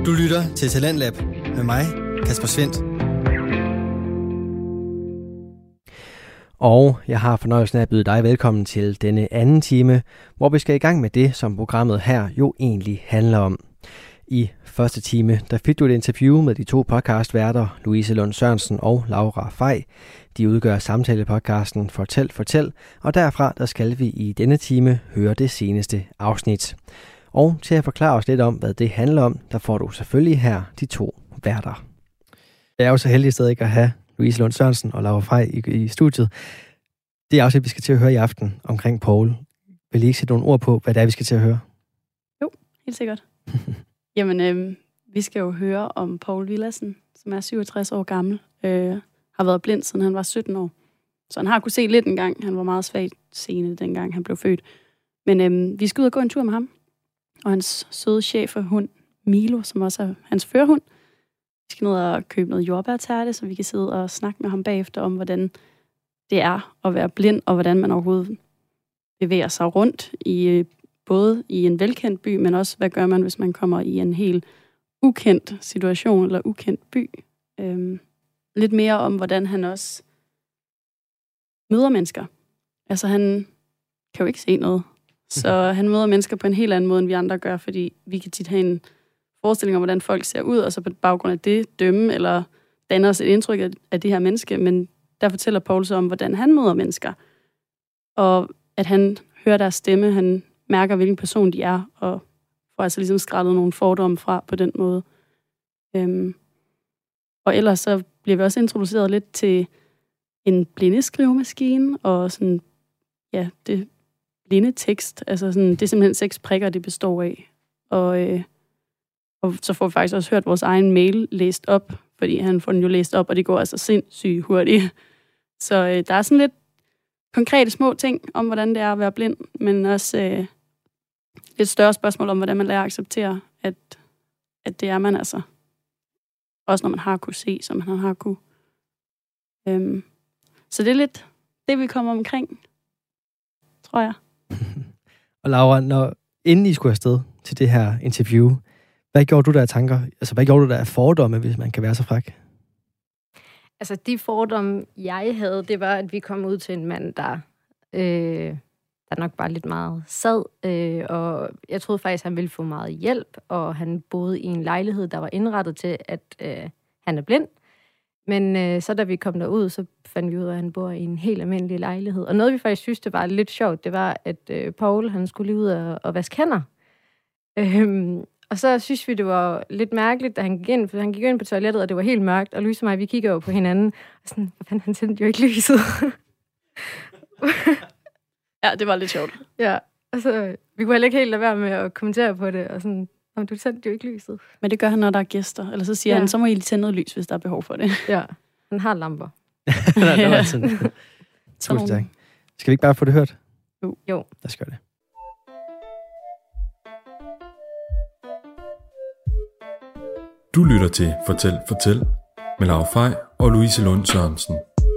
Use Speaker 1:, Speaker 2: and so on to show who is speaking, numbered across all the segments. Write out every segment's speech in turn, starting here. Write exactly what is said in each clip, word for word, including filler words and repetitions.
Speaker 1: Du lytter til Talentlab med mig, Kasper Svendt.
Speaker 2: Og jeg har fornøjelsen af at byde dig velkommen til denne anden time, hvor vi skal i gang med det, som programmet her jo egentlig handler om. I første time, der fik du et interview med de to podcastværter, Louise Lund Sørensen og Laura Fej. De udgør samtalepodcasten Fortæl, Fortæl, og derfra der skal vi i denne time høre det seneste afsnit. Og til at forklare os lidt om, hvad det handler om, der får du selvfølgelig her de to værter. Jeg er jo så heldig stadig at have Louise Lund Sørensen og Laura Fej i, i studiet. Det er også det, vi skal til at høre i aften omkring Poul. Vil I ikke sætte nogle ord på, hvad det er, vi skal til at høre?
Speaker 3: Jo, helt sikkert. Jamen, øh, vi skal jo høre om Poul Villadsen, som er syvogtres år gammel. Øh, har været blind, siden han var sytten år. Så han har kunnet se lidt engang. Han var meget svagt seende, dengang han blev født. Men øh, vi skal ud og gå en tur med ham. Og hans søde cheferhund, Milo, som også er hans førerhund. Vi skal ned og købe noget jordbærtærte, så vi kan sidde og snakke med ham bagefter om, hvordan det er at være blind, og hvordan man overhovedet bevæger sig rundt, i både i en velkendt by, men også, hvad gør man, hvis man kommer i en helt ukendt situation, eller ukendt by. Øhm, lidt mere om, hvordan han også møder mennesker. Altså, han kan jo ikke se noget. Så han møder mennesker på en helt anden måde, end vi andre gør, fordi vi kan tit have en forestilling om, hvordan folk ser ud, og så på baggrund af det dømme, eller danne os et indtryk af, af det her menneske. Men der fortæller Poul så om, hvordan han møder mennesker. Og at han hører deres stemme, han mærker, hvilken person de er, og får altså ligesom skrællet nogle fordomme fra på den måde. Øhm. Og ellers så bliver vi også introduceret lidt til en blindeskrivemaskine, og sådan, ja, det blinde tekst. Altså sådan, det er simpelthen seks prikker, det består af. Og, øh, og så får vi faktisk også hørt vores egen mail læst op, fordi han får den jo læst op, og det går altså sindssygt hurtigt. Så øh, der er sådan lidt konkrete små ting om, hvordan det er at være blind, men også øh, et større spørgsmål om, hvordan man lærer at acceptere, at, at det er man altså. Også når man har kunne se, som han har kunne. Øhm, så det er lidt det, vi kommer omkring, tror jeg.
Speaker 2: Og Laura, når, inden I skulle afsted til det her interview, hvad gjorde du der af tanker? Altså, hvad gjorde du der af fordomme, hvis man kan være så fræk?
Speaker 4: Altså, de fordomme, jeg havde, det var, at vi kom ud til en mand, der, øh, der nok bare lidt meget sad, øh, og jeg troede faktisk, han ville få meget hjælp, og han boede i en lejlighed, der var indrettet til, at øh, han er blind. Men øh, så da vi kom derud, så fandt vi ud af, at han bor i en helt almindelig lejlighed. Og noget, vi faktisk synes, det var lidt sjovt, det var, at øh, Poul, han skulle lige ud og, og vaske hænder. Øhm, og så synes vi, det var lidt mærkeligt, da han gik ind, for han gik ind på toilettet, og det var helt mørkt, og Louise og mig, vi kigger over på hinanden, og sådan, hvad fanden, han tændte jo ikke lyset.
Speaker 3: Ja, det var lidt sjovt.
Speaker 4: Ja, og så, vi kunne heller ikke helt lade være med at kommentere på det, og sådan, om du tændte jo ikke lyset.
Speaker 3: Men det gør han, når der er gæster, eller så siger ja. han, så må I lige tænde noget lys, hvis der er behov for det.
Speaker 4: Ja, han har lamper.
Speaker 2: Det var sådan. Tusind tak. Skal vi ikke bare få det hørt?
Speaker 4: Jo. jo.
Speaker 2: Lad os gøre det.
Speaker 5: Du lytter til Fortæl, Fortæl med Laura Fej og Louise Lund Sørensen.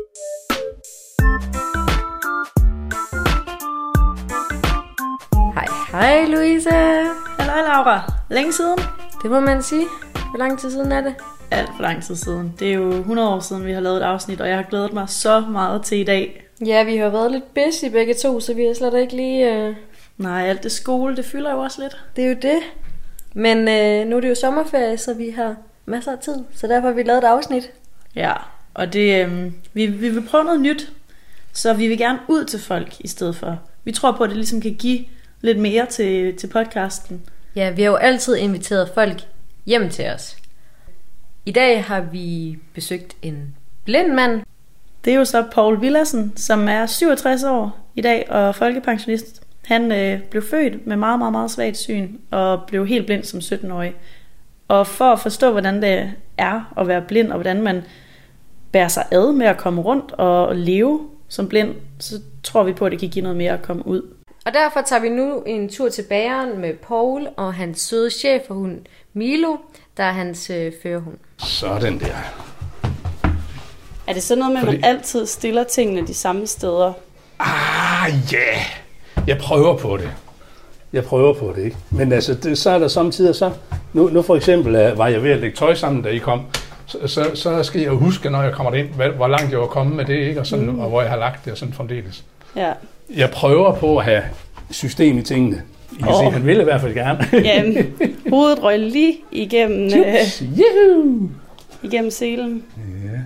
Speaker 4: Hej, hej Louise.
Speaker 3: Hej Laura. Længe siden?
Speaker 4: Det må man sige. Hvor lang tid siden er det?
Speaker 3: Alt for lang tid siden. Det er jo hundrede år siden, vi har lavet et afsnit, og jeg har glædet mig så meget til i dag.
Speaker 4: Ja, vi har været lidt busy begge to, så vi har slet ikke lige... Uh...
Speaker 3: Nej, alt det skole, det fylder jo også lidt.
Speaker 4: Det er jo det. Men øh, nu er det jo sommerferie, så vi har masser af tid. Så derfor har vi lavet et afsnit.
Speaker 3: Ja, og det, øh, vi, vi vil prøve noget nyt. Så vi vil gerne ud til folk i stedet for. Vi tror på, at det ligesom kan give lidt mere til, til podcasten.
Speaker 4: Ja, vi har jo altid inviteret folk hjem til os. I dag har vi besøgt en blind mand.
Speaker 3: Det er jo så Poul Villadsen, som er syvogtres år i dag og folkepensionist. Han øh, blev født med meget, meget, meget svagt syn og blev helt blind som sytten-årig. Og for at forstå, hvordan det er at være blind, og hvordan man bærer sig ad med at komme rundt og leve som blind, så tror vi på, at det kan give noget mere at komme ud.
Speaker 4: Og derfor tager vi nu en tur til bageren med Poul og hans søde cheferhund Milo, der er hans øh, førerhund.
Speaker 6: Sådan der.
Speaker 3: Er det sådan noget med, at man altid stiller tingene de samme steder?
Speaker 6: Ah, ja. Yeah. Jeg prøver på det. Jeg prøver på det, ikke? Men altså, det, så er der samtidig så nu, nu for eksempel uh, var jeg ved at lægge tøj sammen, da I kom. Så, så, så skal jeg huske, når jeg kommer ind, hvad, hvor langt jeg var kommet med det, ikke? Og, sådan, mm. og hvor jeg har lagt det, og sådan fremdeles. Ja. Jeg prøver på at have system i tingene. I kan oh. se, han vil i hvert fald gerne.
Speaker 3: Jamen, hovedet røg lige igennem, øh, igennem selen. Ja.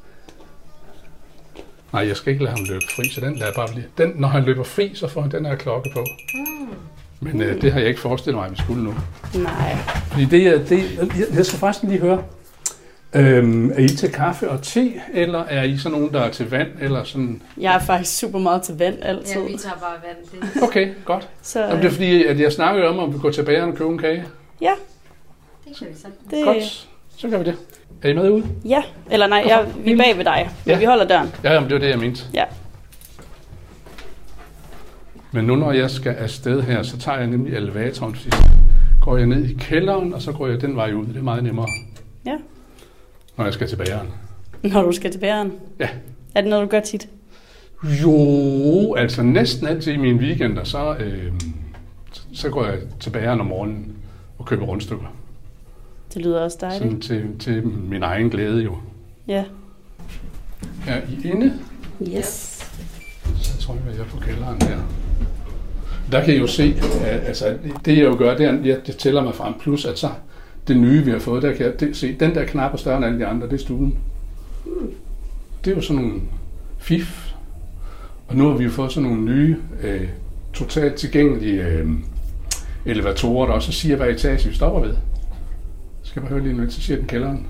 Speaker 6: Nej, jeg skal ikke lade ham løbe fri, så den lader bare blive. Den, når han løber fri, så får han den her klokke på. Mm. Men øh, det har jeg ikke forestillet mig, at vi skulle nu.
Speaker 3: Nej.
Speaker 6: Fordi det, det, jeg, jeg skal faktisk lige høre. Øhm, er I til kaffe og te, eller er I sådan nogen, der er til vand, eller sådan?
Speaker 3: Jeg er faktisk super meget til vand altid.
Speaker 4: Ja, vi tager bare vand. Det.
Speaker 6: Okay, godt. Så, Jamen, det er fordi, at jeg snakker om, om vi går til bageren og køber en kage.
Speaker 3: Ja.
Speaker 4: Det kan vi så.
Speaker 3: Det...
Speaker 6: Godt, så gør vi det. Er I med ude?
Speaker 3: Ja, eller nej, jeg, vi er bag ved dig. Ja. Vi holder døren.
Speaker 6: Ja, jamen, det var det, jeg mente.
Speaker 3: Ja.
Speaker 6: Men nu, når jeg skal afsted her, så tager jeg nemlig elevatoren, så går jeg ned i kælderen, og så går jeg den vej ud. Det er meget nemmere. Ja. Når jeg skal til bageren.
Speaker 3: Når du skal til bageren?
Speaker 6: Ja.
Speaker 3: Er det noget, du gør tit?
Speaker 6: Jo, altså næsten altid i mine weekender, så, øh, så går jeg til bageren om morgenen og køber rundstykker.
Speaker 3: Det lyder også dejligt.
Speaker 6: Sådan til, til min egen glæde jo.
Speaker 3: Ja.
Speaker 6: Er I inde?
Speaker 3: Yes.
Speaker 6: Så tror jeg, at jeg er på kælderen her. Der kan I jo se, at altså, det jeg jo gør, det er, at jeg tæller mig frem, plus at så det nye, vi har fået, der kan jeg det, se, den der knap er større end alle de andre, det er stuen. Det er jo sådan nogle fif. Og nu har vi jo fået sådan nogle nye, øh, totalt tilgængelige øh, elevatorer, der også siger, hvad etage vi stopper ved. Skal jeg bare høre lige nu, så siger den kælderen.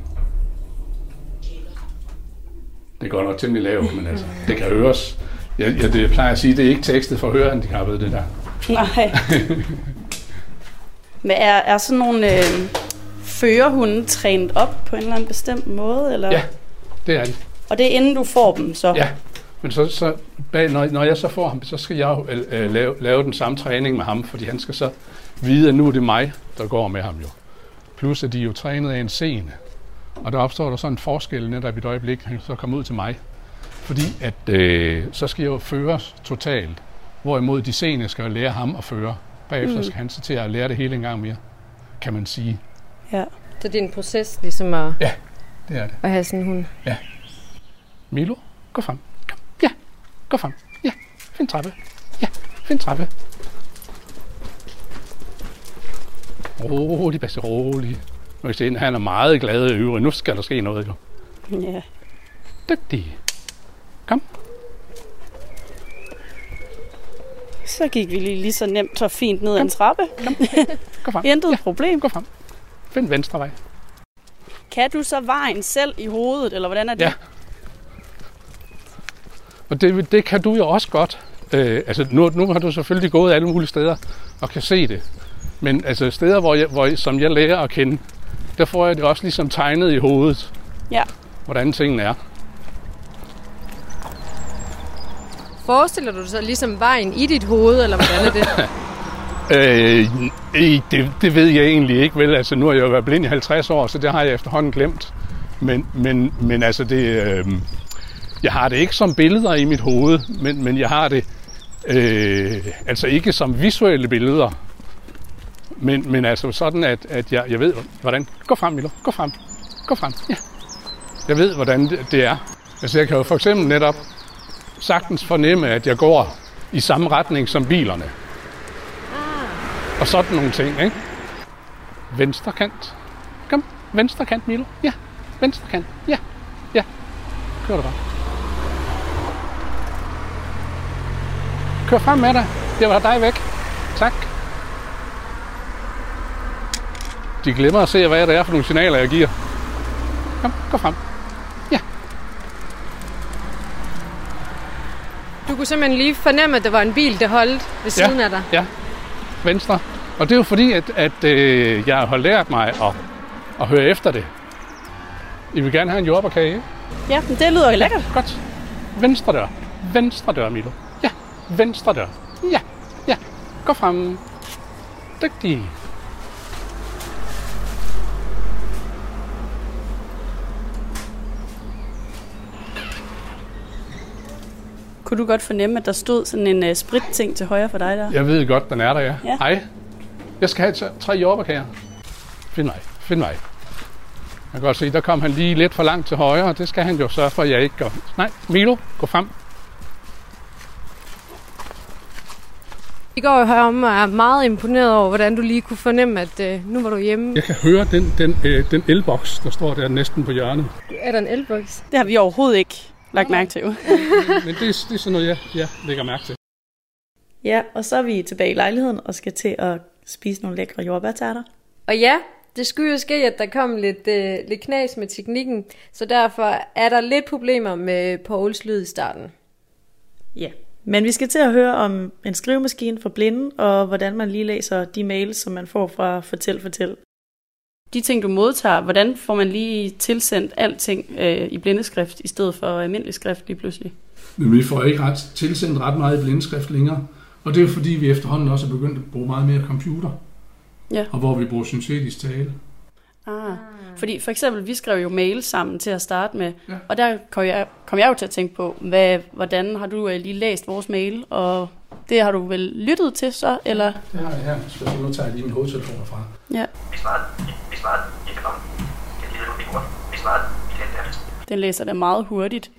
Speaker 6: Det går nok temmelig lavt, men altså, det kan høres. Jeg, jeg det plejer at sige, det er ikke tekstet for hørehandicappede, det der.
Speaker 3: Nej. Men er, er sådan nogle øh, førerhunde trænet op på en eller anden bestemt måde? Eller?
Speaker 6: Ja, det er de.
Speaker 3: Og det er inden du får dem, så?
Speaker 6: Ja, men så, så bag, når, når jeg så får ham, så skal jeg øh, lave, lave den samme træning med ham, fordi han skal så vide, at nu er det mig, der går med ham jo. Plus at de er jo trænet af en scene. Og der opstår der sådan en forskel netop i et øjeblik, han så kommer ud til mig. Fordi at øh, så skal jeg jo føres totalt, hvorimod de scene skal jo lære ham at føre. Bagefter mm. skal han så til at lære det hele en gang mere, kan man sige.
Speaker 4: Ja. Så det er en proces ligesom at,
Speaker 6: ja, det er det.
Speaker 4: At have sådan en hund?
Speaker 6: Ja. Milo, gå frem. Kom. Ja, gå frem. Ja, find trappe. Ja, find trappe. Rolig, Basse, rolig. Nu kan I se, han er meget glad i øvrigt. Nu skal der ske noget, jo.
Speaker 3: Ja.
Speaker 6: Dygtig. Kom.
Speaker 3: Så gik vi lige, lige så nemt og fint ned ad en trappe.
Speaker 6: Kom. Gå frem.
Speaker 3: Intet
Speaker 6: ja.
Speaker 3: problem.
Speaker 6: Gå frem. Find venstre vej.
Speaker 3: Kan du så vejen selv i hovedet, eller hvordan er det?
Speaker 6: Ja. Og det, det kan du jo også godt. Øh, altså, nu, nu har du selvfølgelig gået alle mulige steder og kan se det. Men altså, steder, hvor jeg, hvor, som jeg lærer at kende, der får jeg det også ligesom tegnet i hovedet. Ja. Hvordan tingene er.
Speaker 4: Forestiller du så ligesom vejen i dit hoved, eller hvordan er det?
Speaker 6: øh, det, det ved jeg egentlig ikke, vel? Altså, nu har jeg jo været blind i halvtreds år, så det har jeg efterhånden glemt. Men, men, men altså, det, øh, jeg har det ikke som billeder i mit hoved, men, men jeg har det øh, altså ikke som visuelle billeder. Men, men altså sådan, at, at jeg, jeg ved, hvordan... Gå frem, Milo. Gå frem. Gå frem. Ja. Jeg ved, hvordan det, det er. Altså, jeg kan jo for eksempel netop sagtens fornemme, at jeg går i samme retning som bilerne. Ah. Og sådan nogle ting, ikke? Venstre kant. Kom. Venstre kant, Milo. Ja. Venstre kant. Ja. Ja. Kør du bare. Kør frem med dig. Jeg vil have dig væk. Tak. De glemmer at se, hvad det er for nogle signaler, jeg giver. Kom, gå frem. Ja.
Speaker 4: Du kunne simpelthen lige fornemme, at der var en bil, der holdt ved siden
Speaker 6: ja,
Speaker 4: af dig.
Speaker 6: Ja, venstre. Og det er jo fordi, at, at øh, jeg har lært mig at, at høre efter det. I vil gerne have en jordbærkage, ikke?
Speaker 3: Ja, men det lyder lækkert.
Speaker 6: Ja, godt. Venstre dør. Venstre dør, Milo. Ja, venstre dør. Ja, ja. Gå frem. Dygtig.
Speaker 3: Kunne du godt fornemme, at der stod sådan en uh, spritting til højre for dig der?
Speaker 6: Jeg ved godt, den er der, ja.
Speaker 3: ja.
Speaker 6: Hej. Jeg skal have tre jordbærkager. find vej, find vej. Jeg kan godt se, der kom han lige lidt for langt til højre, og det skal han jo sørge for, at jeg ikke går. Nej, Milo, gå frem.
Speaker 4: I går her om og er meget imponeret over, hvordan du lige kunne fornemme, at øh, nu var du hjemme.
Speaker 6: Jeg kan høre den, den, øh, den elboks, der står der næsten på hjørnet.
Speaker 4: Er der en elboks?
Speaker 3: Det har vi overhovedet ikke lagt mærke til.
Speaker 6: Men det, er, det er sådan noget, jeg, jeg lægger mærke til.
Speaker 7: Ja, og så er vi tilbage i lejligheden og skal til at spise nogle lækre jordbærterter.
Speaker 4: Og ja, det skulle jo ske, at der kom lidt, øh, lidt knas med teknikken, så derfor er der lidt problemer med Pauls lyd i starten.
Speaker 7: Ja, men vi skal til at høre om en skrivemaskine for blinde, og hvordan man lige læser de mails, som man får fra Fortæl Fortæl.
Speaker 3: De ting, du modtager, hvordan får man lige tilsendt alting øh, i blindeskrift, i stedet for almindelig skrift lige pludselig?
Speaker 8: Men vi får ikke ret tilsendt ret meget i blindeskrift længere, og det er fordi, vi efterhånden også er begyndt at bruge meget mere computer,
Speaker 3: ja.
Speaker 8: Og hvor vi bruger syntetisk tale.
Speaker 3: Ah. Fordi for eksempel, vi skrev jo mail sammen til at starte med,
Speaker 8: ja.
Speaker 3: Og der kom jeg, kom jeg jo til at tænke på, hvad, hvordan har du lige læst vores mail, og det har du vel lyttet til så, eller?
Speaker 8: Det har jeg her, så nu tager jeg lige min hovedtelefon fra.
Speaker 3: Ja. Den læser det meget hurtigt.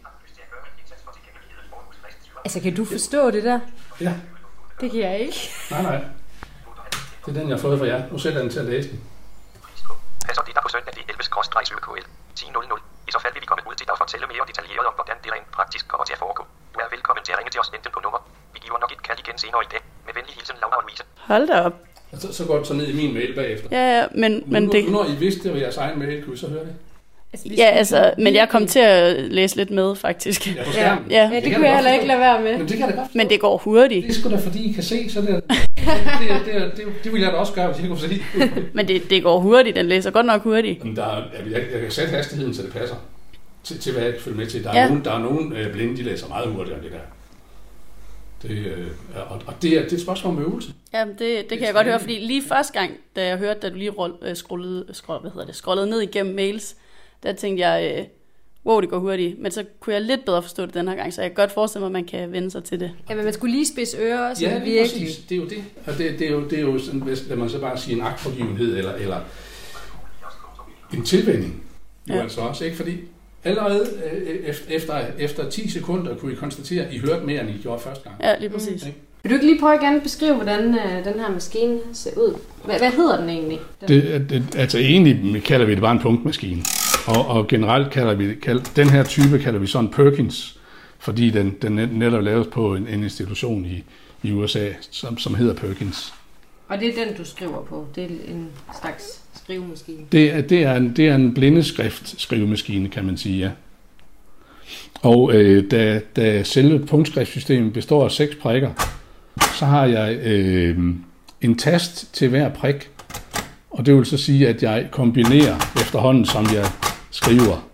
Speaker 4: Altså, kan du forstå det der?
Speaker 8: Ja.
Speaker 4: Det kan jeg ikke.
Speaker 8: Nej, nej. Det er den, jeg har fået fra jer. Nu sætter jeg den til at læse den.
Speaker 9: Passer det der på søndag det elleve skråstreg syv K L ti nul nul. I så fald vil vi komme ud til dig og fortælle mere detaljeret om, hvordan det rent praktisk kommer til at foregå. Du er velkommen til at ringe til os enten på nummer. Vi giver nok et kald igen senere i dag. Med venlig hilsen, Laura og Louise.
Speaker 3: Hold da op.
Speaker 8: Og så, så går det så ned i min mail bagefter.
Speaker 3: Ja, ja, men, men
Speaker 8: nu,
Speaker 3: det...
Speaker 8: Nu når I vidste, det var jeres egen mail, kunne I så høre det?
Speaker 3: Altså, ja, altså, men jeg kom til at læse lidt med, faktisk.
Speaker 8: Ja, på skærmen.
Speaker 3: Ja,
Speaker 4: ja det, det kunne jeg heller ikke lade være med.
Speaker 8: Men det kan det godt.
Speaker 3: Men det går hurtigt.
Speaker 8: Det er sgu da, fordi I kan se, så det, det, det, det, det, det ville jeg da også gøre, hvis jeg kunne se.
Speaker 3: Men det, det går hurtigt, den læser godt nok hurtigt.
Speaker 8: Men der er, jeg, jeg kan sætte hastigheden, så det passer til, til hvad jeg kan følge med til. Der er
Speaker 3: ja.
Speaker 8: nogen, der er nogen øh, blinde, de læser meget hurtigere end det der. Det, øh, og, og det, er, det er et spørgsmål om øvelse.
Speaker 3: Ja, det, det, det kan jeg godt høre, fordi lige første gang, da jeg hørte, da du lige roll, øh, scrollede, scroll, hvad hedder det, scrollede ned igennem mails, der tænkte jeg, øh, wow, det går hurtigt. Men så kunne jeg lidt bedre forstå det den her gang, så jeg kan godt forestille mig, at man kan vende sig til det.
Speaker 4: Ja, men man skulle lige spidse ører og sådan
Speaker 8: ja,
Speaker 4: virkelig.
Speaker 8: Præcis. Det er jo det. Og det, det, er, jo, det er jo sådan, lad man så bare sige en agtforgivenhed, eller, eller en tilvænning. Jo ja. Altså også, ikke? Fordi allerede øh, efter, efter ti sekunder kunne I konstatere, at I hørte mere, end I gjorde første gang.
Speaker 3: Ja, lige præcis.
Speaker 4: Mm. Vil du ikke lige prøve igen at beskrive, hvordan øh, den her maskine ser ud? Hvad, hvad hedder den egentlig? Den?
Speaker 8: Det, det, altså egentlig kalder vi det bare en punktmaskine. Og, og generelt kalder vi kalder, den her type kalder vi sådan Perkins, fordi den, den netop laves på en, en institution i, i U S A, som, som hedder Perkins.
Speaker 4: Og det er den, du skriver på? Det er en slags skrivemaskine?
Speaker 8: Det er, det er, en, det er en blindeskrift skrivemaskine, kan man sige, ja. Og øh, da, da selve punktskriftsystemet består af seks prikker, så har jeg øh, en tast til hver prik. Og det vil så sige, at jeg kombinerer efterhånden, som jeg skriver.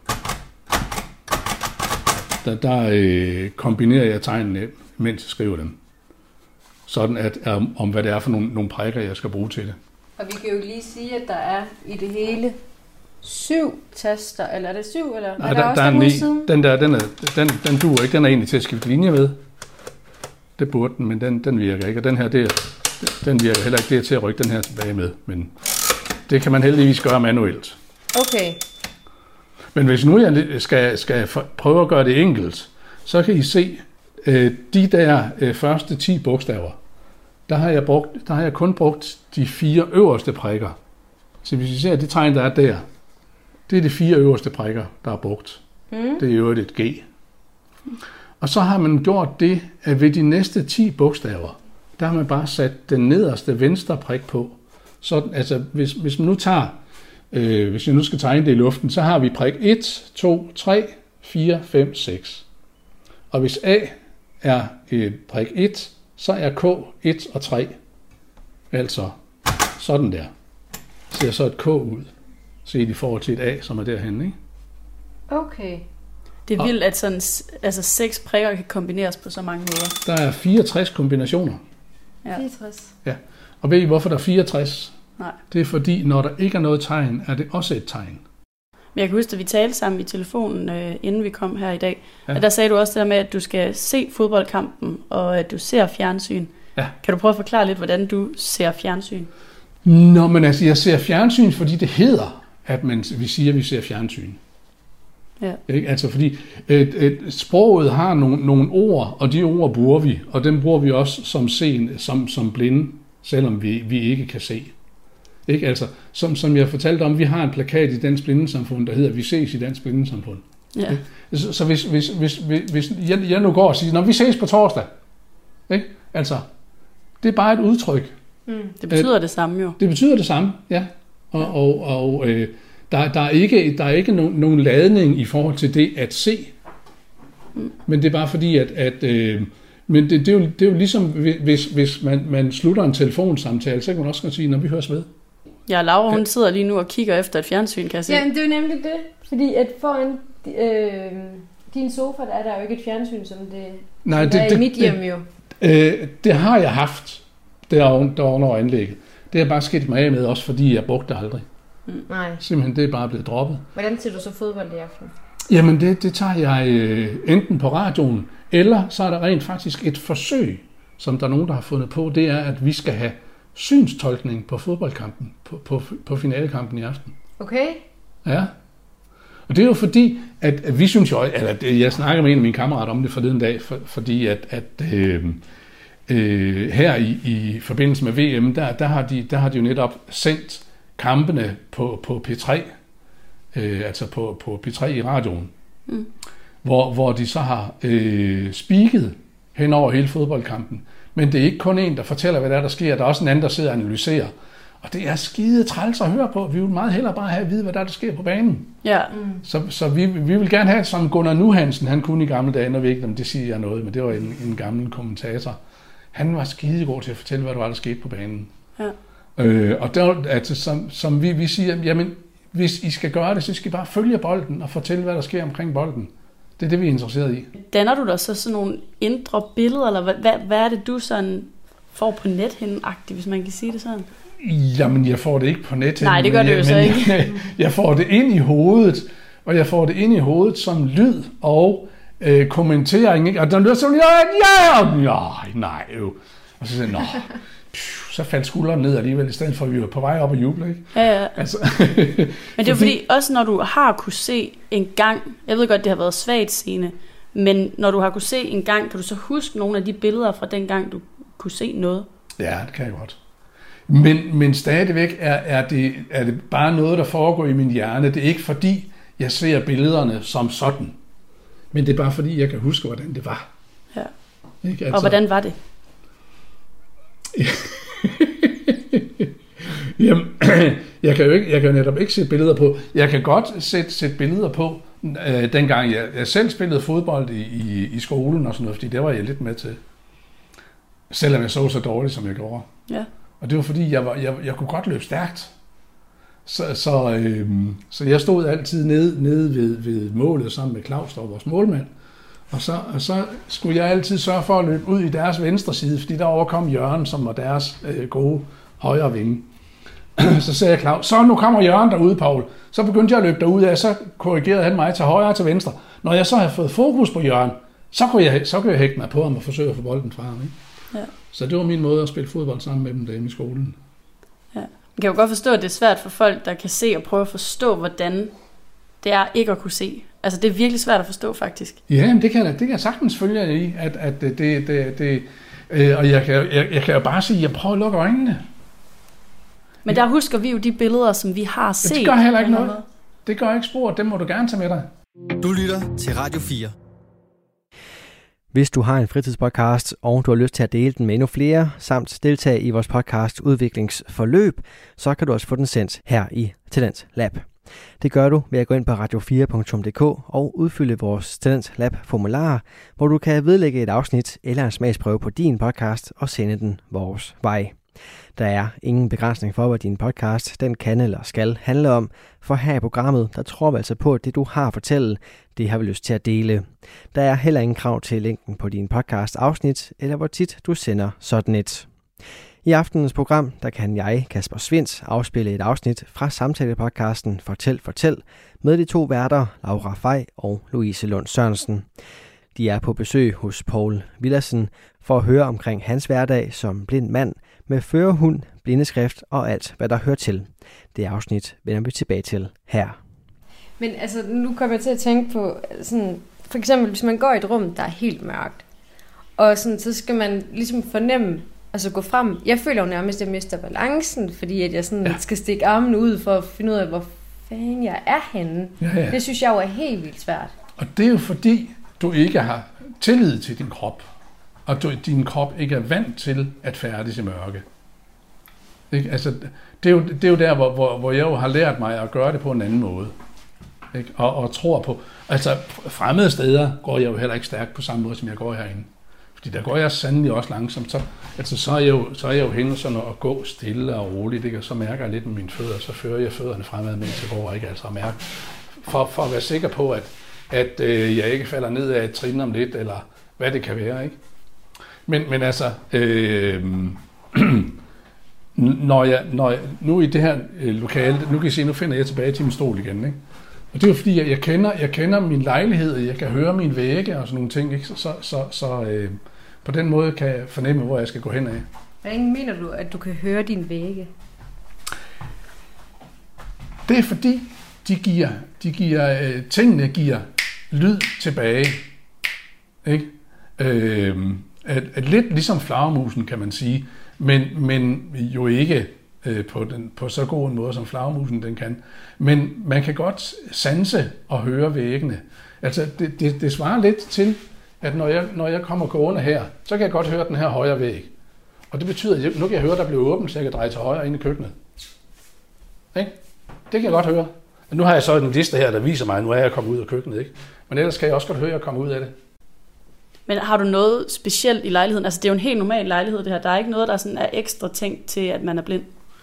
Speaker 8: Der, der øh, kombinerer jeg tegnene, mens jeg skriver dem. Sådan at, om, om hvad det er for nogle, nogle prikker, jeg skal bruge til det.
Speaker 4: Og vi kan jo lige sige, at der er i det hele syv taster, eller er det syv, eller
Speaker 8: Nej,
Speaker 4: er
Speaker 8: der,
Speaker 4: der, der også
Speaker 8: der
Speaker 4: der
Speaker 8: er
Speaker 4: siden?
Speaker 8: Den der, den, er, den, den duer ikke, den er egentlig til at skifte linje med. Det burde den, men den, den virker ikke. Og den her, det er, den virker heller ikke, det er til at rykke den her tilbage med. Men det kan man heldigvis gøre manuelt.
Speaker 4: Okay.
Speaker 8: Men hvis nu jeg skal, skal prøve at gøre det enkelt, så kan I se øh, de der øh, første ti bogstaver. Der har, jeg brugt, der har jeg kun brugt de fire øverste prikker. Så hvis I ser det tegn, der er der, det er de fire øverste prikker, der er brugt. Mm. Det er jo et G. Og så har man gjort det, at ved de næste ti bogstaver, der har man bare sat den nederste venstre prik på. Så, altså, hvis, hvis man nu tager, øh, hvis jeg nu skal tegne det i luften, så har vi prik et, to, tre, fire, fem, seks. Og hvis A er øh, prik et, så er K et og tre. Altså sådan der. Ser så et K ud. Set i forhold til et A, som er derhenne, ikke?
Speaker 4: Okay.
Speaker 3: Det er vildt, at sådan, altså seks prikker kan kombineres på så mange måder.
Speaker 8: Der er fireogtres kombinationer.
Speaker 3: Ja.
Speaker 4: fireogtres.
Speaker 8: Ja. Og ved I, hvorfor der er fireogtres?
Speaker 3: Nej.
Speaker 8: Det er fordi, når der ikke er noget tegn, er det også et tegn.
Speaker 3: Men jeg kan huske, at vi talte sammen i telefonen, øh, inden vi kom her i dag.
Speaker 8: Ja.
Speaker 3: Og der sagde du også det der med, at du skal se fodboldkampen, og at du ser fjernsyn.
Speaker 8: Ja.
Speaker 3: Kan du prøve at forklare lidt, hvordan du ser fjernsyn?
Speaker 8: Nå, men altså, jeg ser fjernsyn, fordi det hedder, at man, vi siger, at vi ser fjernsyn.
Speaker 3: Ja.
Speaker 8: Ikke? Altså, fordi et, et, sproget har nogle, nogle ord, og de ord bruger vi, og dem bruger vi også som, sen, som, som blinde, selvom vi, vi ikke kan se. Ikke? Altså, som, som jeg fortalte om, vi har en plakat i Dansk Blindesamfund, der hedder, vi ses i Dansk Blindesamfund.
Speaker 3: Ja.
Speaker 8: Så, så hvis, hvis, hvis, hvis, hvis jeg, jeg nu går og siger, når vi ses på torsdag, ikke? Altså, det er bare et udtryk.
Speaker 3: Mm. Det betyder øh, det samme jo.
Speaker 8: Det betyder det samme, ja. Og, og, og øh, der, der er ikke, der er ikke nogen, nogen ladning i forhold til det at se. Mm. Men det er bare fordi, at... at øh, men det, det, er jo, det er jo ligesom, hvis, hvis man, man slutter en telefonsamtale, så kan man også godt sige, når vi høres ved.
Speaker 3: Ja, Laura, hun sidder lige nu og kigger efter et fjernsyn, kan jeg se.
Speaker 4: Ja, det er jo nemlig det. Fordi at foran øh, din sofa, der er der jo ikke et fjernsyn, som det,
Speaker 8: Nej,
Speaker 4: som
Speaker 8: det,
Speaker 4: der er
Speaker 8: det,
Speaker 4: i mit hjem jo.
Speaker 8: Det, øh, det har jeg haft, derovre, derovre over anlægget. Det har bare skidt mig af med, også fordi jeg brugte det aldrig.
Speaker 4: Mm. Nej.
Speaker 8: Simpelthen, det er bare blevet droppet.
Speaker 4: Hvordan ser du så fodbold i aften?
Speaker 8: Jamen, det, det tager jeg øh, enten på radioen, eller så er der rent faktisk et forsøg, som der er nogen, der har fundet på, det er, at vi skal have synstolkning på fodboldkampen, på, på, på finalekampen i aften.
Speaker 4: Okay.
Speaker 8: Ja. Og det er jo fordi, at, at vi synes jo, eller jeg snakker med en af mine kammerater om det forleden dag, for, fordi at, at øh, øh, her i, i forbindelse med V M, der, der, har de, der har de jo netop sendt kampene på, på P tre, øh, altså på, på P tre i radioen, mm. hvor, hvor de så har øh, spiket hen over hele fodboldkampen. Men det er ikke kun en, der fortæller, hvad der er, der sker. Der er også en anden, der sidder og analyserer. Og det er skide træls at høre på. Vi vil meget hellere bare have at vide, hvad der, er, der sker på banen.
Speaker 3: Ja.
Speaker 8: Mm. Så, så vi, vi vil gerne have, som Gunnar Nuhansen, han kunne i gamle dage, når vi ikke, det siger jeg noget, men det var en, en gammel kommentator. Han var skide god til at fortælle, hvad der var, der skete på banen.
Speaker 3: Ja.
Speaker 8: Øh, og der, altså, som, som vi, vi siger, jamen, hvis I skal gøre det, så skal I bare følge bolden og fortælle, hvad der sker omkring bolden. Det er det, vi er interesseret i.
Speaker 3: Danner du dig så sådan nogle indre billeder, eller hvad, hvad, hvad er det, du sådan får på nethinden-agtigt, hvis man kan sige det sådan?
Speaker 8: Jamen, jeg får det ikke på nethinden.
Speaker 3: Nej, det gør det jo så ikke.
Speaker 8: Jeg, jeg får det ind i hovedet, og jeg får det ind i hovedet som lyd og øh, kommentering. Ikke? Og der lyder sådan, ja, ja, ja, nej, jo. Og så siger jeg, nå, pff, så faldt skulderen ned alligevel, i stedet for, at vi var på vej op og juble, ikke?
Speaker 3: Ja, ja.
Speaker 8: Altså,
Speaker 3: men det er fordi, også når du har kunne se en gang, jeg ved godt, det har været svagt scene, men når du har kunne se en gang, kan du så huske nogle af de billeder fra den gang, du kunne se noget?
Speaker 8: Ja, det kan jeg godt. Men, men stadigvæk er, er, det, er det bare noget, der foregår i min hjerne. Det er ikke fordi, jeg ser billederne som sådan. Men det er bare fordi, jeg kan huske, hvordan det var.
Speaker 3: Ja.
Speaker 8: Ikke? Altså,
Speaker 3: og hvordan var det?
Speaker 8: Jamen, jeg kan jo ikke, jeg kan jo netop ikke sætte billeder på. Jeg kan godt sætte, sætte billeder på, øh, dengang jeg, jeg selv spillede fodbold i, i, i skolen og sådan noget, fordi det var jeg lidt med til. Selvom jeg så så dårligt, som jeg gjorde.
Speaker 3: Ja.
Speaker 8: Og det var fordi, jeg, var, jeg, jeg kunne godt løbe stærkt. Så, så, øh, så jeg stod altid nede, nede ved, ved målet sammen med Claus, der var vores målmand. Og så, og så skulle jeg altid sørge for at løbe ud i deres venstre side, fordi der overkom Jørgen, som var deres øh, gode højre vinge. Så sagde jeg, Claus, så nu kommer Jørgen derude, Paul. Så begyndte jeg at løbe derud af, så korrigerede han mig til højre og til venstre. Når jeg så havde fået fokus på Jørgen, så kunne jeg, så kunne jeg hægte mig på ham og forsøge at få bolden fra ham. Ikke? Ja. Så det var min måde at spille fodbold sammen med dem derinde i skolen.
Speaker 3: Ja. Jeg kan jo godt forstå, at det er svært for folk, der kan se og prøve at forstå, hvordan det er ikke at kunne se. Altså, det er virkelig svært at forstå, faktisk.
Speaker 8: Ja, men det kan jeg, det kan jeg sagtens følge i, at, at det, det, det, det øh, og jeg kan, jeg, jeg kan jo bare sige, at jeg prøver at lukke øjnene.
Speaker 3: Men der husker vi jo de billeder, som vi har set.
Speaker 8: Det gør heller ikke noget. Det gør ikke spor, det må du gerne tage med dig.
Speaker 1: Du lytter til Radio fire.
Speaker 2: Hvis du har en fritidspodcast, og du har lyst til at dele den med endnu flere, samt deltage i vores podcast udviklingsforløb, så kan du også få den sendt her i Talent Lab. Det gør du ved at gå ind på radio fire punktum d k og udfylde vores Talent Lab formular, hvor du kan vedlægge et afsnit eller en smagsprøve på din podcast og sende den vores vej. Der er ingen begrænsning for, hvad din podcast den kan eller skal handle om, for her i programmet, der tror vi altså på, at det du har at fortælle, det har vi lyst til at dele. Der er heller ingen krav til linken på din podcast afsnit, eller hvor tit du sender sådan et. I aftenens program, der kan jeg, Kasper Svindt, afspille et afsnit fra samtalepodcasten Fortæl, Fortæl, med de to værter, Laura Fej og Louise Lund Sørensen. De er på besøg hos Poul Villadsen for at høre omkring hans hverdag som blind mand, med førerhund, blindeskrift og alt, hvad der hører til. Det afsnit vender vi tilbage til her.
Speaker 4: Men altså, nu kommer jeg til at tænke på, sådan, for eksempel, hvis man går i et rum, der er helt mørkt, og sådan, så skal man ligesom fornemme, altså gå frem. Jeg føler jo nærmest, at jeg mister balancen, fordi at jeg sådan ja. skal stikke armen ud for at finde ud af, hvor fanden jeg er henne. Ja, ja. Det synes jeg jo er helt vildt svært.
Speaker 8: Og det er jo fordi, du ikke har tillid til din krop, og du, din krop ikke er vant til at færdes i mørke. Ikke? Altså, det, er jo, det er jo der, hvor, hvor, hvor jeg jo har lært mig at gøre det på en anden måde. Ikke? Og, og tror på, altså fremmede steder går jeg jo heller ikke stærkt på samme måde, som jeg går herinde. Fordi der går jeg sandelig også langsomt, så, altså, så, er jeg jo, så er jeg jo henne sådan at gå stille og roligt, ikke? Og så mærker jeg lidt med mine fødder, så fører jeg fødderne fremad, mens jeg går, ikke? Altså at mærke, for, for at være sikker på, at, at øh, jeg ikke falder ned af et trin om lidt, eller hvad det kan være, ikke? Men, men altså, øh, når jeg, når jeg, nu i det her øh, lokale, nu kan I se, nu finder jeg tilbage til min stol igen, ikke? Og det er jo fordi, jeg, jeg, kender, jeg kender min lejlighed, og jeg kan høre mine vægge og sådan nogle ting, ikke? Så, så, så, så øh, på den måde kan jeg fornemme, hvor jeg skal gå hen af.
Speaker 4: Hvordan mener du, at du kan høre dine vægge?
Speaker 8: Det er fordi, de giver, de giver øh, tingene giver lyd tilbage, ikke? Øh, at, at lidt ligesom flagermusen, kan man sige, men, men jo ikke øh, på, den, på så god en måde, som flagermusen den kan. Men man kan godt sanse og høre væggene. Altså, det, det, det svarer lidt til, at når jeg, når jeg kommer gående her, så kan jeg godt høre den her højre væg. Og det betyder, at jeg, nu kan jeg høre, at der bliver åbent, så jeg kan dreje til højre ind i køkkenet. Ikke? Det kan jeg godt høre. Nu har jeg så en liste her, der viser mig, at nu er jeg kommet ud af køkkenet. Ikke? Men ellers kan jeg også godt høre, at jeg kommer ud af det.
Speaker 3: Men har du noget specielt i lejligheden? Altså, det er jo en helt normal lejlighed, det her. Der er ikke noget, der sådan er ekstra tænkt til, at man er blind?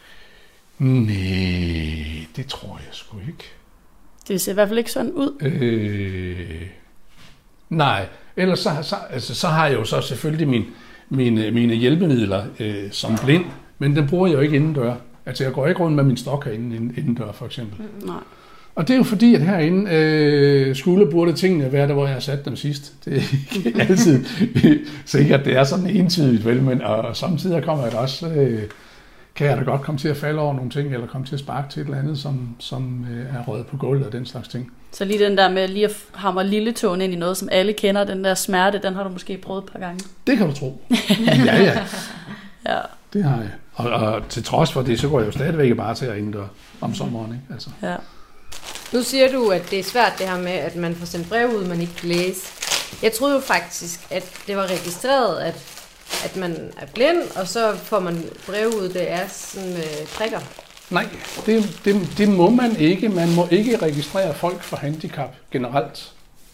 Speaker 8: Nej, det tror jeg sgu ikke.
Speaker 3: Det ser i hvert fald ikke sådan ud.
Speaker 8: Øh, nej, ellers så, så, altså, så har jeg jo så selvfølgelig min, mine, mine hjælpemidler øh, som blind, men den bruger jeg jo ikke indendør. Altså, jeg går ikke rundt med min stok herinde indendør, for eksempel.
Speaker 3: Mm, nej.
Speaker 8: Og det er jo fordi, at herinde øh, skulle burde tingene være der, hvor jeg har sat dem sidst. Det er ikke altid sikkert, det er sådan entydigt, vel, men og samtidig kommer jeg da også, øh, kan jeg da godt komme til at falde over nogle ting, eller komme til at sparke til et eller andet, som, som øh, er røget på gulvet og den slags ting.
Speaker 3: Så lige den der med lige at hamre lille tåen ind i noget, som alle kender, den der smerte, den har du måske prøvet et par gange?
Speaker 8: Det kan du tro. ja, ja.
Speaker 3: ja.
Speaker 8: Det har jeg. Og, og til trods for det, så går jeg jo stadigvæk bare til at indendør om sommeren, ikke? Altså.
Speaker 4: Ja. Nu siger du, at det er svært det her med, at man får sendt brev ud, man ikke kan læse. Jeg troede jo faktisk, at det var registreret, at, at man er blind, og så får man brev ud, det er sådan med prikker.
Speaker 8: Nej, det, det, det må man ikke. Man må ikke registrere folk for handicap generelt.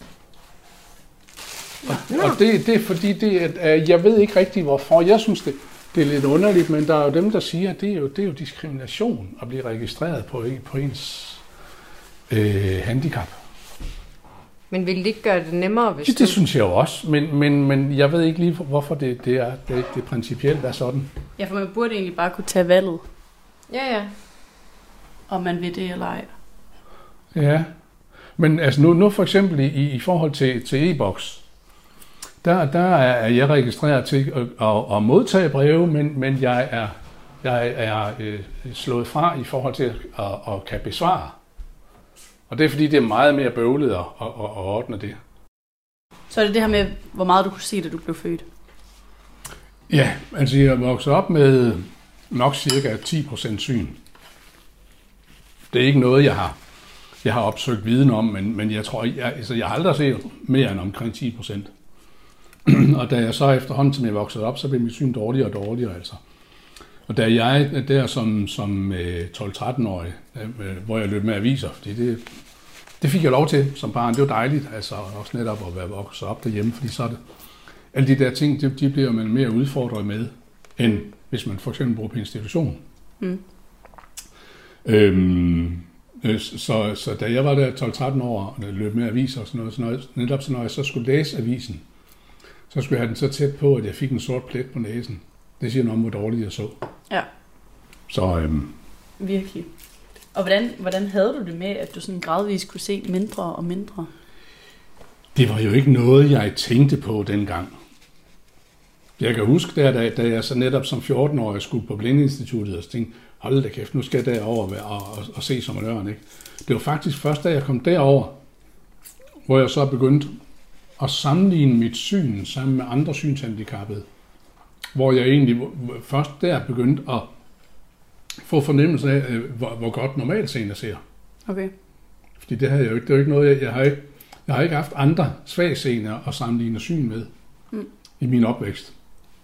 Speaker 8: Og, og det, det er fordi, det er, jeg ved ikke rigtig hvorfor. Jeg synes, det, det er lidt underligt, men der er jo dem, der siger, at det er jo, det er jo diskrimination at blive registreret på, på ens øh, handicap.
Speaker 4: Men vil det ikke gøre det nemmere, hvis
Speaker 8: det, det synes jeg jo også, men, men, men jeg ved ikke lige, hvorfor det, det er det, det principielt er sådan.
Speaker 3: Ja, for man burde egentlig bare kunne tage valget.
Speaker 4: Ja, ja.
Speaker 3: Om man vil det eller ej.
Speaker 8: Ja, men altså nu, nu for eksempel i, i forhold til, til e-boks, der, der er jeg registreret til at, at, at modtage breve, men, men jeg er, jeg er øh, slået fra i forhold til at, at, at kan besvare. Og det er fordi, det er meget mere bøvlet at, at, at ordne det.
Speaker 3: Så er det det her med, hvor meget du kunne se, da du blev født?
Speaker 8: Ja, altså jeg er vokset op med nok cirka ti procent syn. Det er ikke noget, jeg har, jeg har opsøgt viden om, men, men jeg tror, jeg, altså jeg har aldrig set mere end omkring ti procent. Og da jeg så efterhånden, som jeg voksede op, så blev mit syn dårligere og dårligere. Altså. Og da jeg der som, som tolv-tretten-årig, hvor jeg løb med aviser, fordi det, det fik jeg lov til som barn, det var dejligt, altså også netop at være vokset op derhjemme, fordi så er det, alle de der ting, de, de bliver man mere udfordret med, end hvis man for eksempel bor på institution. Mm. Øhm, så, så da jeg var der tolv-tretten år og løb med aviser og sådan noget, så når, netop så når jeg så skulle læse avisen, så skulle jeg have den så tæt på, at jeg fik en sort plet på næsen. Det siger noget om, hvor dårligt jeg så.
Speaker 3: Ja.
Speaker 8: Så, øhm,
Speaker 3: virkelig. Og hvordan, hvordan havde du det med, at du sådan gradvist kunne se mindre og mindre?
Speaker 8: Det var jo ikke noget, jeg tænkte på dengang. Jeg kan huske, der, da, da jeg så netop som fjorten-årig skulle på Blindeinstituttet, og så tænkte, hold da kæft, nu skal jeg derover og, og, og se som en ørn, ikke? Det var faktisk først, da jeg kom derover, hvor jeg så begyndte at sammenligne mit syn sammen med andre synshandicappede. Hvor jeg egentlig først der begyndte at få fornemmelse af, hvor, hvor godt normalseende ser.
Speaker 3: Okay.
Speaker 8: Fordi det, havde jeg jo ikke, det er jo ikke noget, jeg, jeg, har ikke, jeg har ikke haft andre svagseende at sammenligne syn med mm. i min opvækst.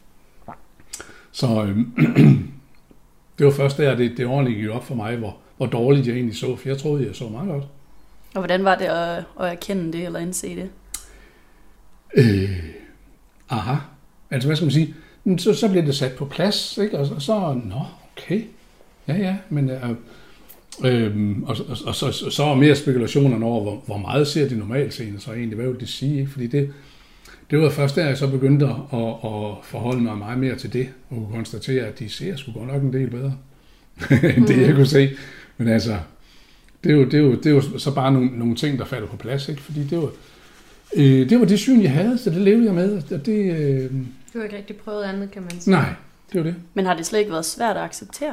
Speaker 8: Så øh, det var først der, det, det ordentligt gik op for mig, hvor, hvor dårligt jeg egentlig så, for jeg troede, jeg så meget godt.
Speaker 3: Og hvordan var det at, at erkende det, eller indse det?
Speaker 8: Øh, aha. Altså, hvad skal man sige? Så, så bliver det sat på plads, ikke? Og, og så, nå, okay. Ja, ja, men... Øh, øh, og, og, og så, så, så er mere spekulationerne over, hvor, hvor meget ser de normalseende så egentlig, hvad vil det sige, ikke? Fordi det, det var først der, jeg så begyndte at, at forholde mig meget mere til det, og kunne konstatere, at de ser sgu godt nok en del bedre, end det, jeg kunne se. Men altså, det er jo, det er jo, det er jo så bare nogle, nogle ting, der falder på plads, ikke? Fordi det var, øh, det var det syn, jeg havde, så det levede jeg med. Og det, øh...
Speaker 4: Du har ikke rigtig prøvet andet, kan man sige.
Speaker 8: Nej, det var det.
Speaker 3: Men har det slet ikke været svært at acceptere?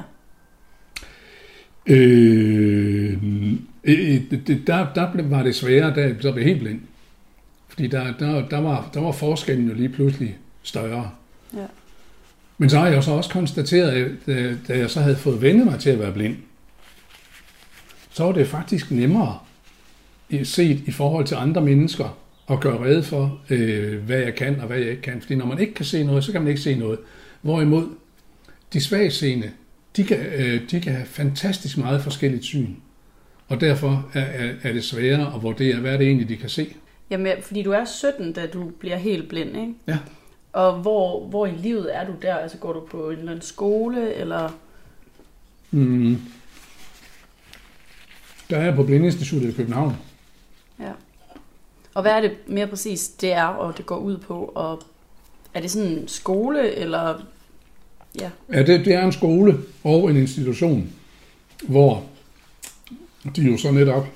Speaker 8: Øh, øh, det, der, der var det sværere, da jeg blev helt blind. Fordi der, der, der, var, der var forskellen jo lige pludselig større.
Speaker 3: Ja.
Speaker 8: Men så har jeg så også konstateret, at da jeg så havde fået vendt mig til at være blind, så var det faktisk nemmere set i forhold til andre mennesker at gøre rede for, øh, hvad jeg kan og hvad jeg ikke kan. Fordi når man ikke kan se noget, så kan man ikke se noget. Hvorimod de svagtseende, de kan, øh, de kan have fantastisk meget forskelligt syn. Og derfor er, er, er det sværere at vurdere, hvad er det egentlig, de kan se.
Speaker 3: Jamen, fordi du er sytten, da du bliver helt blind, ikke?
Speaker 8: Ja.
Speaker 3: Og hvor, hvor i livet er du der? Altså, går du på en eller anden skole, eller?
Speaker 8: Mm. Der er jeg på Blindeinstituttet i København.
Speaker 3: Ja. Og hvad er det mere præcis, det er, og det går ud på? Og er det sådan en skole, eller? Ja,
Speaker 8: ja det, det er en skole og en institution, hvor de jo så netop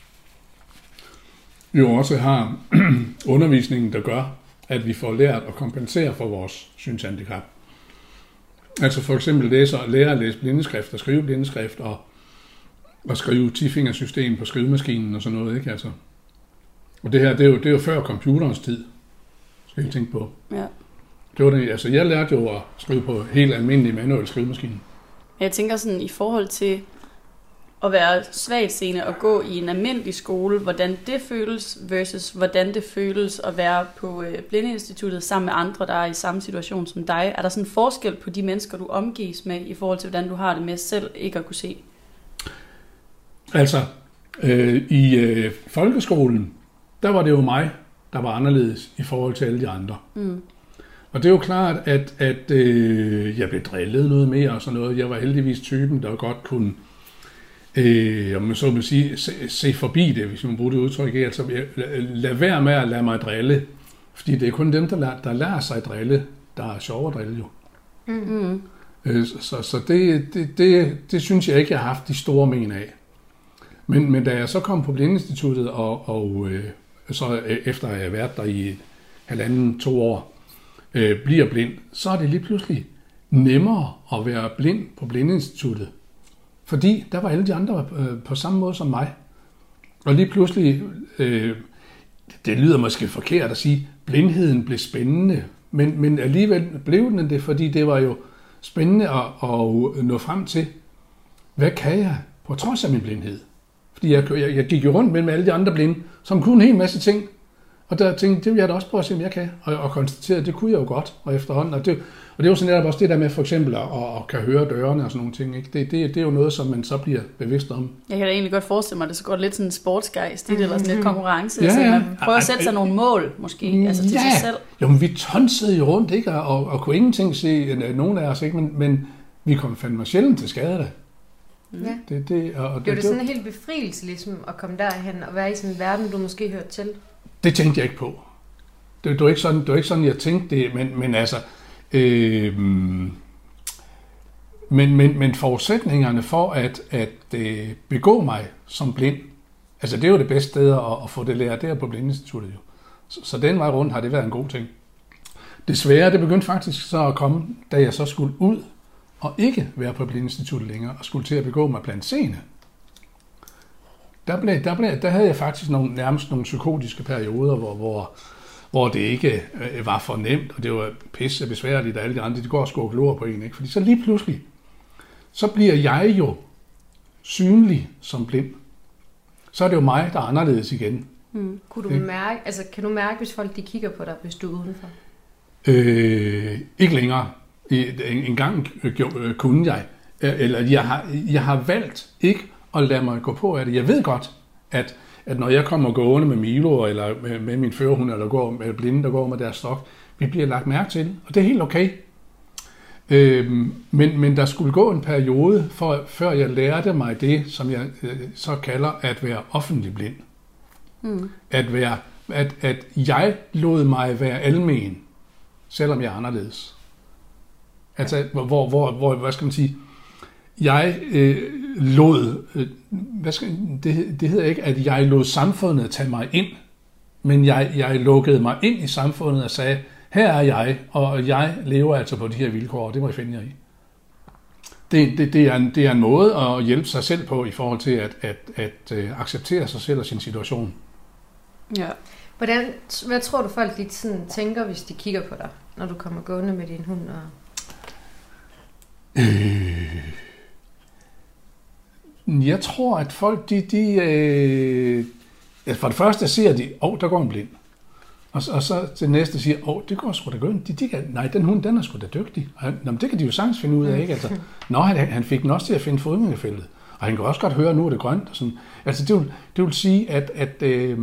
Speaker 8: jo også har undervisningen, der gør, at vi får lært at kompensere for vores synshandicap. Altså for eksempel læse, lære at læse blindeskrift og skrive blindeskrift og, og skrive ti-fingersystem på skrivemaskinen og sådan noget, ikke? Altså. Og det her, det er jo, det er jo før computerens tid, skal I tænke på.
Speaker 3: Ja.
Speaker 8: Det var det, altså jeg lærte jo at skrive på helt almindelig manuel skrivemaskine.
Speaker 3: Jeg tænker sådan i forhold til at være svagtseende og gå i en almindelig skole, hvordan det føles versus hvordan det føles at være på øh, Blindeinstituttet sammen med andre, der er i samme situation som dig. Er der sådan en forskel på de mennesker, du omgives med i forhold til, hvordan du har det med selv ikke at kunne se?
Speaker 8: Altså, øh, i øh, folkeskolen, der var det jo mig, der var anderledes i forhold til alle de andre. Mm. Og det er jo klart, at, at øh, jeg blev drillet noget mere og sådan noget. Jeg var heldigvis typen, der godt kunne øh, om man så må sige, se, se forbi det, hvis man bruger det udtryk. Altså, lad være med at lade mig drille. Fordi det er kun dem, der lærer, der lærer sig at drille, der er sjovere at drille jo. Mm-hmm. Øh, så så det, det, det, det synes jeg ikke, jeg har haft de store men af. Men, men da jeg så kom på Blindeinstituttet, og, og øh, så efter at jeg har været der i halvanden, to år, øh, bliver blind, så er det lige pludselig nemmere at være blind på Blindeinstituttet. Fordi der var alle de andre øh, på samme måde som mig. Og lige pludselig, øh, det lyder måske forkert at sige, blindheden blev spændende. Men, men alligevel blev den det, fordi det var jo spændende at, at nå frem til, hvad kan jeg på trods af min blindhed? Fordi jeg, jeg, jeg gik jo rundt mellem alle de andre blinde, som kunne en hel masse ting. Og der tænkte jeg, det vil jeg da også prøve at se, om jeg kan. Og, og konstatere, at det kunne jeg jo godt, og efterhånden. Og det, og det er jo sådan netop også det der med for eksempel at, at, at kan høre dørene og sådan nogle ting. Ikke? Det, det, det er jo noget, som man så bliver bevidst om.
Speaker 3: Jeg kan da egentlig godt forestille mig, at det så går lidt sådan en sportsgejst i det, eller sådan lidt konkurrence.
Speaker 8: Ja, ja.
Speaker 3: Så man prøver at sætte sig nogle mål, måske, mm, altså til
Speaker 8: ja.
Speaker 3: sig selv.
Speaker 8: Jo, men vi tonsede jo rundt, ikke? Og, og kunne ingenting se nogen af os, ikke? Men, men vi kom fandme sjældent til skade da.
Speaker 4: Ja.
Speaker 8: Det, det, og,
Speaker 4: det var det sådan en helt befrielse, ligesom, at komme derhen og være i sådan en verden, du måske hørte til?
Speaker 8: Det tænkte jeg ikke på. Det, det, var, ikke sådan, det var ikke sådan, jeg tænkte det, men, men altså... Øh, men, men, men forudsætningerne for at, at øh, begå mig som blind, altså det er jo det bedste sted at, at få det lært der på Blindeinstituttet jo. Så, så den vej rundt har det været en god ting. Desværre, det begyndte faktisk så at komme, da jeg så skulle ud og ikke være på Blindeinstituttet længere, og skulle til at begå mig blandt seende. Der, blev, der, blev, der havde jeg faktisk nogle, nærmest nogle psykotiske perioder, hvor, hvor, hvor det ikke øh, var for nemt, og det var pisse besværligt, og alle de andre, de går og skår glor på en. Ikke? Fordi så lige pludselig, så bliver jeg jo synlig som blind. Så er det jo mig, der er anderledes igen.
Speaker 4: Mm. Kunne du mærke, altså kan du mærke, hvis folk de kigger på dig, hvis du er udenfor?
Speaker 8: Øh, ikke længere. En, en gang øh, kunne jeg. Eller jeg har, jeg har valgt ikke at lade mig gå på af det. Jeg ved godt, at, at når jeg kommer gående med Milo, eller med, med min førerhund, eller går med blinde, der går med deres stok, vi bliver lagt mærke til, og det er helt okay. Øhm, men, men der skulle gå en periode, for, før jeg lærte mig det, som jeg øh, så kalder at være offentlig blind. Mm. At, være, at, at jeg lod mig være almen, selvom jeg er anderledes. Altså, hvor, hvor, hvor, hvad skal man sige, jeg øh, lod, øh, hvad skal, det, det hedder ikke, at jeg lod samfundet tage mig ind, men jeg, jeg lukkede mig ind i samfundet og sagde, her er jeg, og jeg lever altså på de her vilkår, og det må jeg finde jer i. Det, det, det, er en, det er en måde at hjælpe sig selv på, i forhold til at, at, at, at acceptere sig selv og sin situation.
Speaker 4: Ja. Hvordan, hvad tror du folk de sådan tænker, hvis de kigger på dig, når du kommer gående med din hund? Og...
Speaker 8: Øh, jeg tror, at folk, de, de øh, for det første ser de, åh, oh, der går en blind. Og, og så til næste siger, åh, oh, det går sgu da godt. De, de kan, nej, den hund, den er sgu da dygtig. Og han, jamen, det kan de jo sagtens finde ud af, ikke? Altså, nå, han, han fik den også til at finde fodgængerfeltet. Og han kan også godt høre, nu er det grønt. Og sådan. Altså, det vil, det vil sige, at, at øh,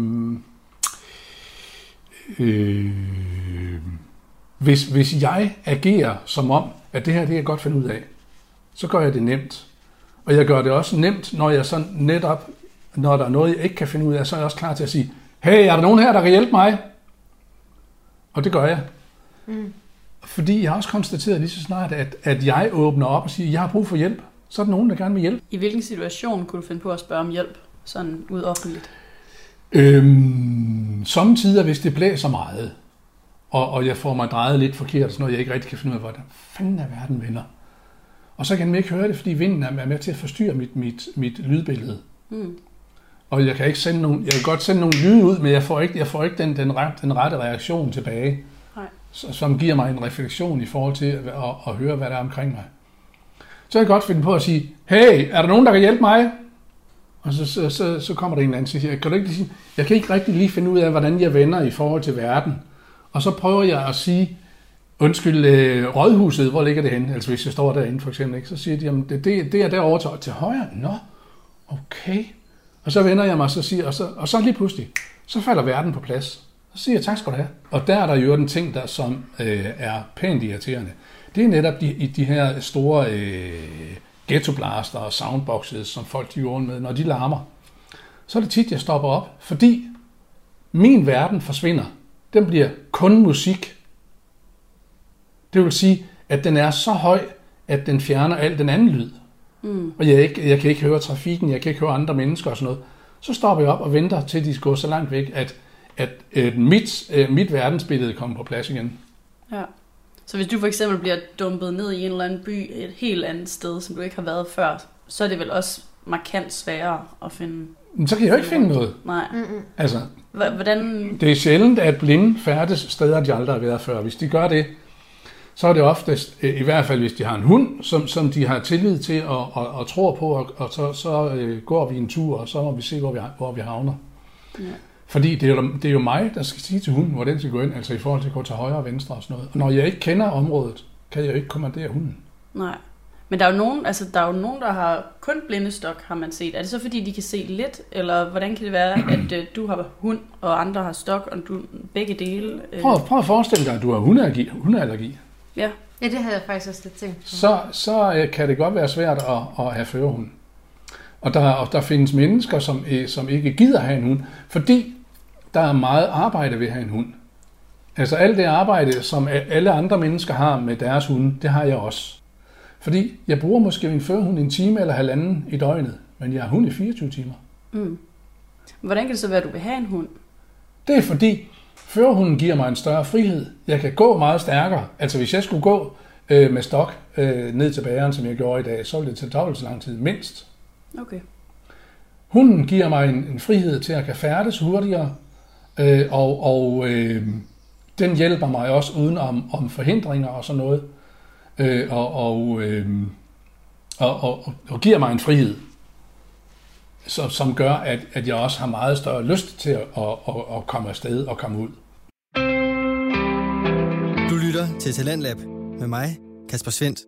Speaker 8: øh, hvis, hvis jeg agerer som om, at det her, det kan jeg godt finde ud af, så gør jeg det nemt. Og jeg gør det også nemt, når jeg så netop, når der er noget, jeg ikke kan finde ud af, så er jeg også klar til at sige, hey, er der nogen her, der kan hjælpe mig? Og det gør jeg. Mm. Fordi jeg har også konstateret lige så snart, at, at jeg åbner op og siger, jeg har brug for hjælp. Så er der nogen, der gerne vil hjælpe.
Speaker 3: I hvilken situation kunne du finde på at spørge om hjælp, sådan ud offentligt?
Speaker 8: Øhm, Samtidig, hvis det blæser meget, og, og jeg får mig drejet lidt forkert, sådan noget, jeg ikke rigtig kan finde ud af, hvordan fanden er verden vender. Og så kan man ikke høre det, fordi vinden er med til at forstyrre mit, mit, mit lydbillede. Mm. Og jeg kan ikke sende nogen, jeg kan godt sende nogle lyde ud, men jeg får ikke, jeg får ikke den, den, ret, den rette reaktion tilbage, nej, som giver mig en refleksion i forhold til at, at, at høre, hvad der er omkring mig. Så kan jeg godt finde på at sige, hey, er der nogen, der kan hjælpe mig? Og så, så, så, så kommer der en eller anden og siger, kan du ikke sige, jeg kan ikke rigtig lige finde ud af, hvordan jeg vender i forhold til verden. Og så prøver jeg at sige, undskyld, øh, rådhuset, hvor ligger det henne? Altså hvis jeg står derinde for eksempel, ikke? Så siger de, jamen det, det, det er derovre til, til højre. Nå, okay. Og så vender jeg mig, så siger, og, så, og så lige pludselig, så falder verden på plads. Så siger jeg, tak skal du have. Og der er der jo en ting, der som øh, er pænt irriterende. Det er netop de, de her store øh, ghettoblaster og soundboxes, som folk de gjorde med, når de larmer. Så er det tit, jeg stopper op, fordi min verden forsvinder. Den bliver kun musik. Det vil sige, at den er så høj, at den fjerner al den anden lyd. Mm. Og jeg, ikke, jeg kan ikke høre trafikken, jeg kan ikke høre andre mennesker og sådan noget. Så stopper jeg op og venter, til de går så langt væk, at, at, at mit, mit verdensbillede kommer på plads igen. Ja.
Speaker 3: Så hvis du for eksempel bliver dumpet ned i en eller anden by et helt andet sted, som du ikke har været før, så er det vel også markant sværere at finde...
Speaker 8: Men så kan jeg jo ikke finde noget.
Speaker 3: Nej.
Speaker 8: Mm-mm. Altså,
Speaker 3: hvordan...
Speaker 8: Det er sjældent, at blinde færdes steder, de aldrig har været før. Hvis de gør det, så er det oftest, i hvert fald hvis de har en hund, som, som de har tillid til og, og, og tror på, og, og så, så øh, går vi en tur, og så må vi se, hvor vi, hvor vi havner. Ja. Fordi det er, jo, det er jo mig, der skal sige til hunden, hvor den skal gå ind, altså i forhold til at gå til højre og venstre og sådan noget. Og når jeg ikke kender området, kan jeg jo ikke kommandere hunden.
Speaker 3: Nej. Men der er jo nogen, altså der er jo nogen, der har kun blindestok, har man set. Er det så fordi, de kan se lidt, eller hvordan kan det være, at øh, du har hund, og andre har stok, og du begge dele? Øh...
Speaker 8: Prøv, prøv at forestille dig, at du har hundeallergi. hundeallergi.
Speaker 3: Ja.
Speaker 4: Ja, det havde jeg faktisk også lidt tænkt på.
Speaker 8: Så, så øh, kan det godt være svært at, at have førerhund. Og der, og der findes mennesker, som, øh, som ikke gider have en hund, fordi der er meget arbejde ved at have en hund. Altså alt det arbejde, som alle andre mennesker har med deres hunde, det har jeg også. Fordi jeg bruger måske en førerhund en time eller halvanden i døgnet, men jeg har hund i fireogtyve timer.
Speaker 3: Mm. Hvordan kan det så være, at du vil have en hund?
Speaker 8: Det er fordi, Førerhunden giver mig en større frihed. Jeg kan gå meget stærkere. Altså hvis jeg skulle gå øh, med stok øh, ned til bageren, som jeg gjorde i dag, så ville det tage dobbelt så lang tid, mindst.
Speaker 3: Okay.
Speaker 8: Hunden giver mig en, en frihed til at kan færdes hurtigere, øh, og, og øh, den hjælper mig også uden om, om forhindringer og sådan noget, øh, og, og, øh, og, og, og giver mig en frihed, så, som gør, at, at jeg også har meget større lyst til at, at, at, at komme afsted og komme ud.
Speaker 1: Du lytter til Talentlab med mig, Kasper Svendt.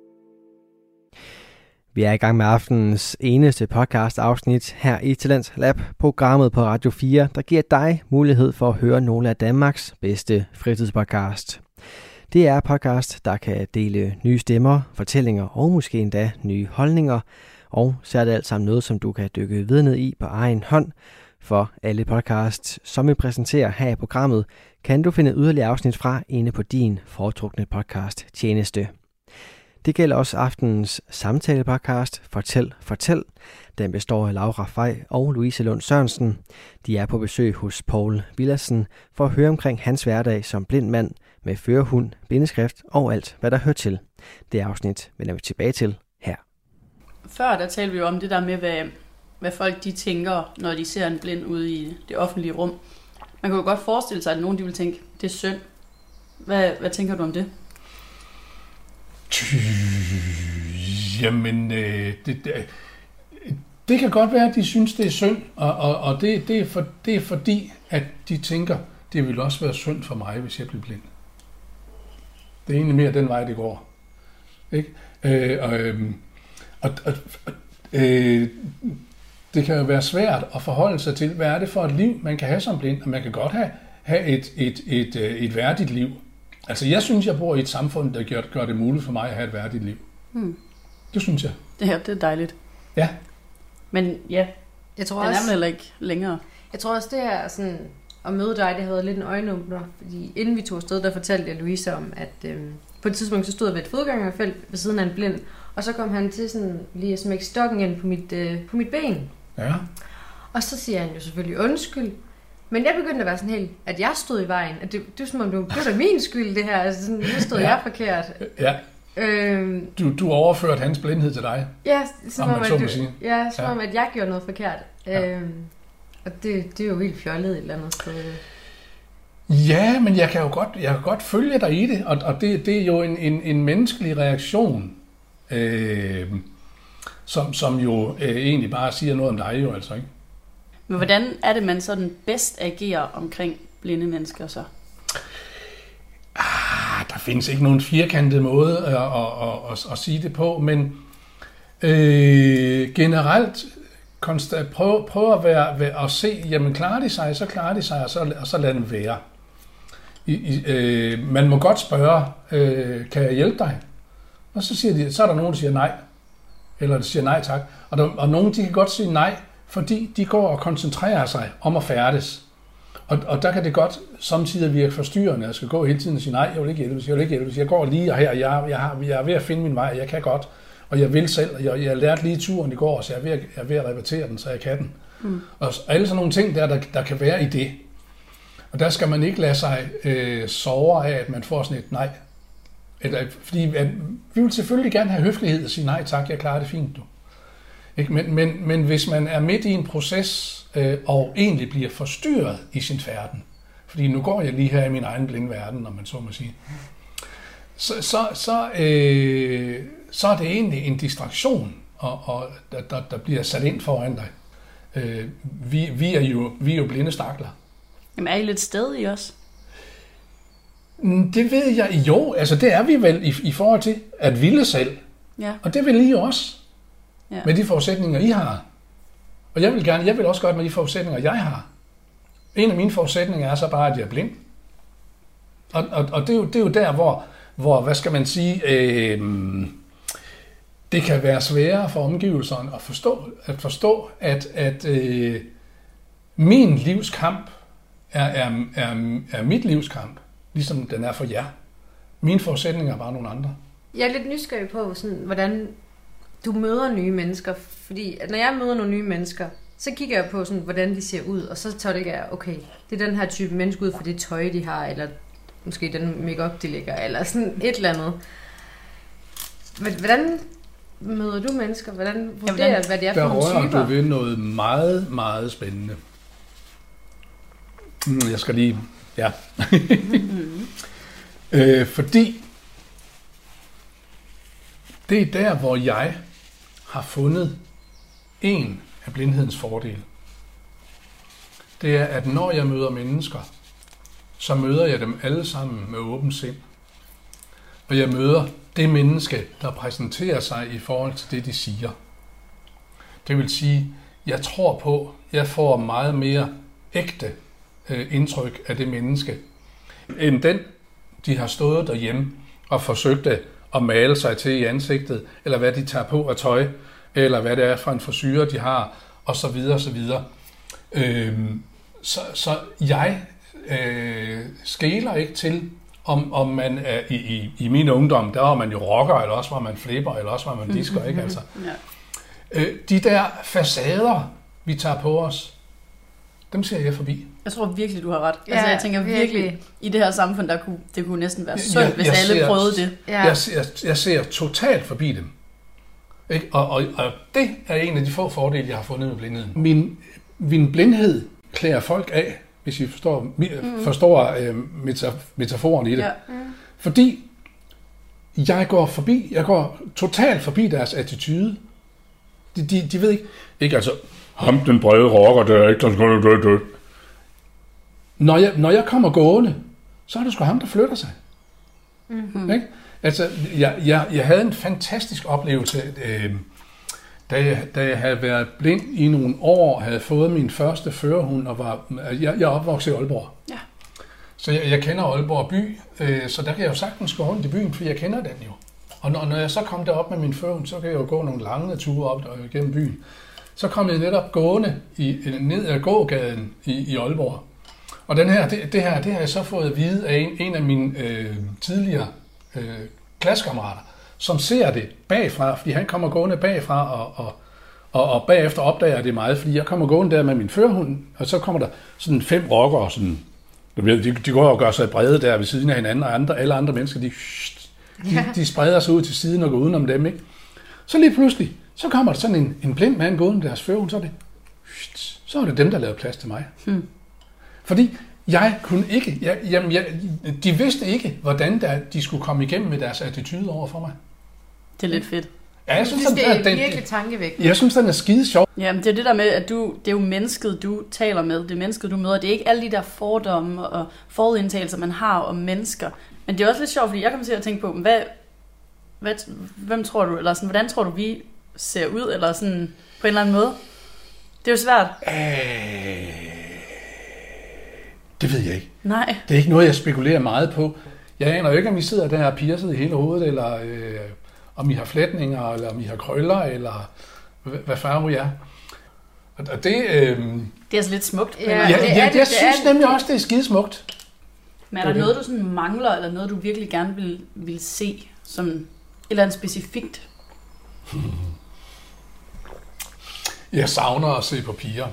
Speaker 2: Vi er i gang med aftenens eneste podcast-afsnit her i Talentlab, programmet på Radio fire, der giver dig mulighed for at høre nogle af Danmarks bedste fritidspodcast. Det er podcast, der kan dele nye stemmer, fortællinger og måske endda nye holdninger, og så er det alt sammen noget, som du kan dykke videre ned i på egen hånd. For alle podcasts, som vi præsenterer her i programmet, kan du finde yderligere afsnit fra inde på din foretrukne podcast tjeneste. Det gælder også aftenens samtalepodcast Fortæl, Fortæl. Den består af Laura Fej og Louise Lund Sørensen. De er på besøg hos Poul Villadsen for at høre omkring hans hverdag som blind mand med førerhund, bindeskrift og alt, hvad der hører til. Det afsnit vender vi tilbage til her.
Speaker 3: Før der talte vi jo om det der med, hvad, hvad folk de tænker, når de ser en blind ude i det offentlige rum. Man kan jo godt forestille sig, at nogen de vil tænke, det er synd. Hvad, hvad tænker du om det?
Speaker 8: Jamen, øh, det, det, det kan godt være, at de synes, det er synd, og, og, og det, det, er for, det er fordi, at de tænker, det vil også være synd for mig, hvis jeg bliver blind. Det er egentlig mere den vej, det går. Ikke? Øh, og, og, og, øh, det kan jo være svært at forholde sig til, hvad er det for et liv, man kan have som blind, og man kan godt have, have et, et, et, et, et værdigt liv. Altså, jeg synes, jeg bor i et samfund, der gør, gør det muligt for mig at have et værdigt liv. Hmm. Det synes jeg.
Speaker 3: Det her, det er dejligt.
Speaker 8: Ja.
Speaker 3: Men ja,
Speaker 4: jeg tror
Speaker 3: den
Speaker 4: også,
Speaker 3: er vel heller ikke længere.
Speaker 4: Jeg tror også, det her sådan, at møde dig, det havde været lidt en øjenåbner. Fordi inden vi tog afsted, der fortalte jeg Louise om, at øhm, på et tidspunkt, så stod jeg ved et fodgængerfelt ved siden af en blind. Og så kom han til sådan, lige at smække stokken ind på mit, øh, på mit ben.
Speaker 8: Ja.
Speaker 4: Og så siger han jo selvfølgelig undskyld. Men jeg begyndte at være sådan helt, at jeg stod i vejen. At det, det, som om, det var da min skyld, det her. Altså sådan, nu stod ja. jeg forkert.
Speaker 8: Ja.
Speaker 4: Øhm,
Speaker 8: du, du overførte hans blindhed til dig.
Speaker 4: Ja, som om,
Speaker 8: så
Speaker 4: at, du, ja, som
Speaker 8: ja.
Speaker 4: om at jeg gjorde noget forkert. Ja. Øhm, og det, det er jo helt fjollet et eller andet sted.
Speaker 8: Ja, men jeg kan jo godt, jeg kan godt følge dig i det. Og, og det, det er jo en, en, en menneskelig reaktion, øh, som, som jo øh, egentlig bare siger noget om dig jo altså, ikke?
Speaker 3: Men hvordan er det, man sådan bedst agerer omkring blinde mennesker så?
Speaker 8: Ah, der findes ikke nogen firkantet måde at, at, at, at, at sige det på, men øh, generelt konstant, prøv, prøv at, være, være, at se, jamen klarer de sig, så klarer de sig, og så, og så lad dem være. I, i, øh, man må godt spørge, øh, kan jeg hjælpe dig? Og så, siger de, så er der nogen, der siger nej, eller der siger nej tak, og, der, og nogen de kan godt sige nej, fordi de går og koncentrerer sig om at færdes. Og, og der kan det godt samtidig virke forstyrrende. Jeg skal gå hele tiden og sige, nej, jeg vil ikke hjælpe, jeg vil ikke hjælpe. Jeg går lige her, jeg, jeg, har, jeg er ved at finde min vej, jeg kan godt. Og jeg vil selv, og jeg, jeg lærte lige turen i går, så jeg er ved at, jeg er ved at repetere den, så jeg kan den. Mm. Og alle sådan nogle ting, der, der, der kan være i det. Og der skal man ikke lade sig øh, såre af, at man får sådan et nej. Eller, fordi at, vi vil selvfølgelig gerne have høflighed og sige, nej tak, jeg klarer det fint, du. Ikke? Men, men, men hvis man er midt i en proces øh, og egentlig bliver forstyrret i sin færden, fordi nu går jeg lige her i min egen blinde verden, om man så må sige, så, så, så, øh, så er det egentlig en distraktion, og, og der, der, der bliver sat ind foran dig. Øh, vi, vi, er jo, vi er jo blinde stakler.
Speaker 3: Jamen er I lidt stedige også?
Speaker 8: Det ved jeg jo, altså det er vi vel i, i forhold til at ville selv,
Speaker 3: ja.
Speaker 8: Og det vil I jo også.
Speaker 3: Ja.
Speaker 8: Med de forudsætninger, I har. Og jeg vil gerne, jeg vil også godt med de forudsætninger, jeg har. En af mine forudsætninger er så bare, at jeg er blind. Og, og, og det, er jo, det er jo der, hvor, hvor hvad skal man sige, øh, det kan være sværere for omgivelserne at forstå, at, forstå, at, at øh, min livskamp er, er, er, er mit livskamp, ligesom den er for jer. Mine forudsætninger er bare nogle andre.
Speaker 4: Jeg er lidt nysgerrig på, sådan, hvordan du møder nye mennesker, fordi at når jeg møder nogle nye mennesker, så kigger jeg på, sådan, hvordan de ser ud, og så tolker jeg, okay, det er den her type menneske ud for det tøj, de har, eller måske den make-up, de lægger, eller sådan et eller andet. Hvordan møder du mennesker? Hvordan vurderer du, hvad det er for nogle typer?
Speaker 8: Der rører du ved noget meget, meget spændende. Jeg skal lige... Ja. mm-hmm. øh, fordi det er der, hvor jeg har fundet en af blindhedens fordele. Det er, at når jeg møder mennesker, så møder jeg dem alle sammen med åbent sind. Og jeg møder det menneske, der præsenterer sig i forhold til det, de siger. Det vil sige, jeg tror på, jeg får meget mere ægte øh, indtryk af det menneske, end den, de har stået derhjemme og forsøgt at male sig til i ansigtet, eller hvad de tager på af tøj, eller hvad det er for en frisyre, de har, og så videre, og så videre. Øhm, så, så jeg øh, skeler ikke til, om, om man er i, i, i min ungdom, der var man jo rocker, eller også var man flipper, eller også var man disker, ikke altså? Ja. Øh, de der facader, vi tager på os, dem ser jeg forbi.
Speaker 3: Jeg tror virkelig, du har ret.
Speaker 4: Ja,
Speaker 3: altså, jeg tænker virkelig, virkelig, i det her samfund, der kunne, det kunne næsten være sundt, jeg, hvis jeg alle ser, prøvede det.
Speaker 8: Ja. Jeg, jeg, jeg ser totalt forbi dem. Ikke? Og, og, og det er en af de få fordele, jeg har fundet med blindheden. Min, min blindhed klæder folk af, hvis I forstår, mm. forstår øh, metaforen i det. Ja. Mm. Fordi jeg går forbi, jeg går totalt forbi deres attitude. De, de, de ved ikke, ikke altså, ham den brede rocker, der er ikke, der skal dø, dø. Når jeg, når jeg kommer gående, så er det sgu ham, der flytter sig. Mm-hmm. Ikke? Altså, jeg, jeg, jeg havde en fantastisk oplevelse, øh, da, jeg, da jeg havde været blind i nogle år, havde fået min første førerhund, og var, jeg, jeg er opvokset i Aalborg. Ja. Så jeg, jeg kender Aalborg by, øh, så der kan jeg jo sagtens gå rundt i byen, for jeg kender den jo. Og når, når jeg så kom derop med min førerhund, så kan jeg jo gå nogle lange ture op og gennem byen. Så kom jeg netop gående i, ned ad gågaden i, i Aalborg. Og den her, det, det her, det har jeg så fået at vide af en, en af mine øh, tidligere øh, klassekammerater, som ser det bagfra, fordi han kommer gående bagfra, og, og, og, og bagefter opdager det meget, fordi jeg kommer gående der med min førerhund, og så kommer der sådan fem rockere, sådan, de, de går og gør sig brede der ved siden af hinanden, og andre, alle andre mennesker, de, de, de spreder sig ud til siden og går udenom dem, ikke? Så lige pludselig, så kommer der sådan en, en blind mand gående med deres førerhund, så er det, så er det dem, der lavede plads til mig. Hmm. Fordi jeg kunne ikke, jeg, jamen jeg, de vidste ikke, hvordan der, de skulle komme igennem med deres attitude over for mig.
Speaker 3: Det er lidt fedt.
Speaker 4: Ja, jeg synes, det er den, virkelig tankevækkende.
Speaker 8: Jeg synes, den er skide sjov.
Speaker 3: Jamen, det er det der med, at du, det er jo mennesket, du taler med, det er mennesket, du møder. Det er ikke alle de der fordomme og forudindtagelser, man har om mennesker. Men det er også lidt sjovt, fordi jeg kommer til at tænke på, hvad, hvad, hvem tror du, eller sådan, hvordan tror du, vi ser ud, eller sådan på en eller anden måde? Det er jo svært.
Speaker 8: Æh... Det ved jeg ikke.
Speaker 3: Nej.
Speaker 8: Det er ikke noget, jeg spekulerer meget på. Jeg aner jo ikke, om I sidder der og piercet i hele hovedet, eller øh, om I har flætninger, eller om I har krøller, eller hvad, hvad farve I er. Og det... Øh,
Speaker 3: det er altså lidt smukt.
Speaker 8: Ja, ja, det, jeg, det, jeg synes det nemlig også, det er skidesmukt.
Speaker 3: Men er der noget, du sådan mangler, eller noget, du virkelig gerne vil, vil se, som et eller andet specifikt?
Speaker 8: Jeg savner at se på piger.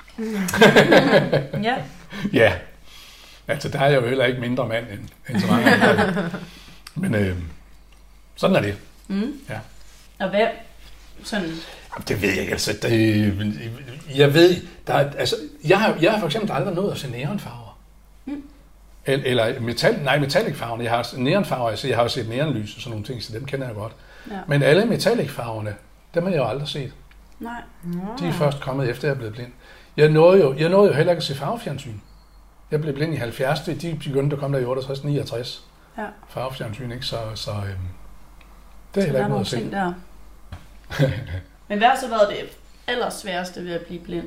Speaker 3: Ja.
Speaker 8: Ja. Altså, der er jeg jo heller ikke mindre mand end, end så mange andre. Men øh, sådan er det.
Speaker 3: Mm.
Speaker 8: Ja.
Speaker 3: Og hvad? Sådan...
Speaker 8: Jamen, det ved jeg ikke. Altså, det, jeg ved, der er, altså, jeg har, jeg har for eksempel aldrig nået at se neonfarver. Mm. Eller, eller metal, nej, metallicfarverne. Jeg har neonfarver, altså, jeg har jo set neonlys og sådan nogle ting, så dem kender jeg godt. Ja. Men alle metallicfarverne, dem har jeg jo aldrig set.
Speaker 3: Nej.
Speaker 8: De er først kommet efter, jeg er blevet blind. Jeg nåede jo, jeg nåede jo heller ikke at se farvefjernsyn. Jeg blev blind i halvfjerdserne, de begyndte at komme der i otteogtres niogtres. Ja. Farvefjernsyn, ikke? Så, så øhm, det er heller ikke noget at se.
Speaker 3: Der. Men hvad har så været det allersværeste ved at blive blind?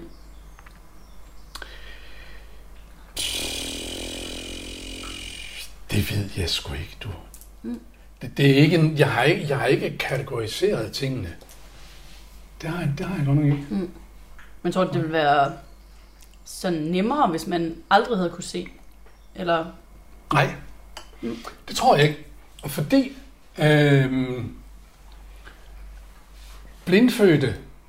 Speaker 8: Det ved jeg sgu ikke, du. Mm. Det, det er ikke en, jeg, har ikke, jeg har ikke kategoriseret tingene. Det har jeg, det har jeg godt nok ikke.
Speaker 3: Mm. Men tror du, det ville være sådan nemmere, hvis man aldrig havde kunne se? Eller?
Speaker 8: Nej, mm. det tror jeg ikke. Fordi øh, blindfødte,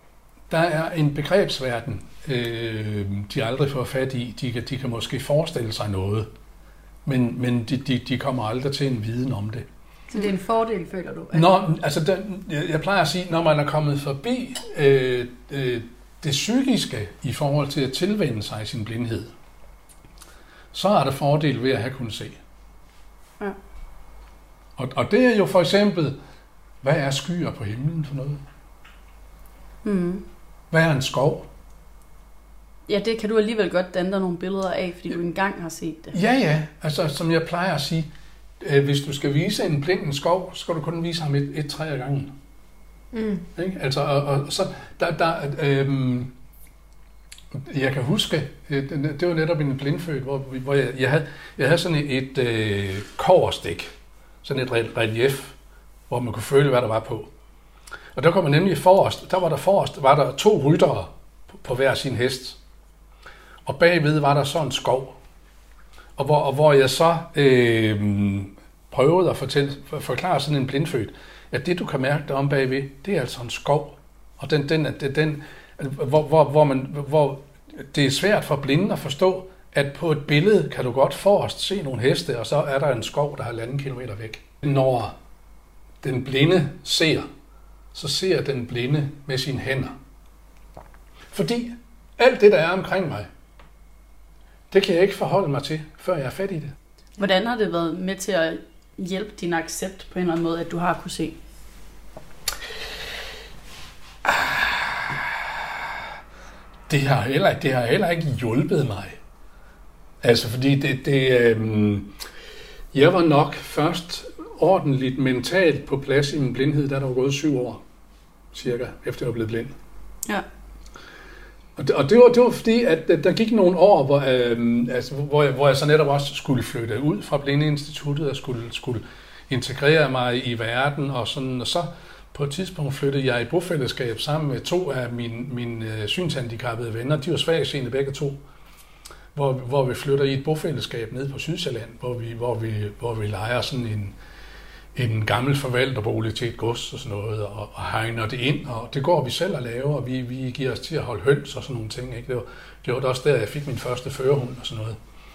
Speaker 8: der er en begrebsverden, øh, de aldrig får fat i. De kan, de kan måske forestille sig noget, men, men de, de, de kommer aldrig til en viden om det.
Speaker 4: Så det er en fordel, føler du?
Speaker 8: Når, altså den, jeg plejer at sige, når man er kommet forbi øh, øh, det psykiske i forhold til at tilvænne sig sin blindhed, så er der fordel ved at have kunnet se.
Speaker 3: Ja.
Speaker 8: Og, og det er jo for eksempel, hvad er skyer på himlen for noget?
Speaker 3: Mm.
Speaker 8: Hvad er en skov?
Speaker 3: Ja, det kan du alligevel godt danne dig nogle billeder af, fordi du engang har set det.
Speaker 8: Ja, ja. Altså, som jeg plejer at sige, øh, hvis du skal vise en blind en skov, så skal du kun vise ham et, et træ ad gangen.
Speaker 4: Mm.
Speaker 8: Ikke? Altså, og, og så, der, der, øh, jeg kan huske, øh, det var netop en blindfødt, hvor, hvor jeg, jeg, havde, jeg havde sådan et, et øh, kobberstik, sådan et relief, hvor man kunne føle, hvad der var på. Og der kom man nemlig forrest, der var der forrest, var der to ryttere på, på hver sin hest. Og bagved var der så en skov. Og hvor, og hvor jeg så øh, prøvede at fortælle, for, forklare sådan en blindfødt, at det du kan mærke der om bagved, det er altså en skov. Og den, den, den, den hvor, hvor, hvor, man, hvor det er svært for blinde at forstå, at på et billede kan du godt forrest se nogle heste, og så er der en skov, der er halvanden kilometer væk. Når den blinde ser, så ser den blinde med sine hænder. Fordi alt det, der er omkring mig, det kan jeg ikke forholde mig til, før jeg er fat i det.
Speaker 3: Hvordan har det været med til at hjælpe din accept på en eller anden måde, at du har kunne se?
Speaker 8: Det har heller, det har heller ikke hjulpet mig. Altså, fordi det, det, øh, jeg var nok først ordentligt mentalt på plads i min blindhed, da der var gået syv år, cirka, efter jeg var blevet blind.
Speaker 3: Ja.
Speaker 8: Og det, og det, var, det var fordi, at der gik nogle år, hvor, øh, altså, hvor, jeg, hvor jeg så netop også skulle flytte ud fra Blindeinstituttet og skulle, skulle integrere mig i verden, og, sådan, og så på et tidspunkt flyttede jeg i bofællesskab sammen med to af mine, mine synshandicappede venner. De var svagtseende begge to, hvor, hvor vi flytter i et bofællesskab nede på Sydsjælland, hvor vi, hvor vi, hvor vi lejer sådan en, en gammel forvalterbolig til et gods og sådan noget, og, og hegner det ind, og det går vi selv at lave, og vi, vi giver os til at holde høns og sådan nogle ting. Ikke? Det var, det var også der, jeg fik min første førerhund og sådan noget.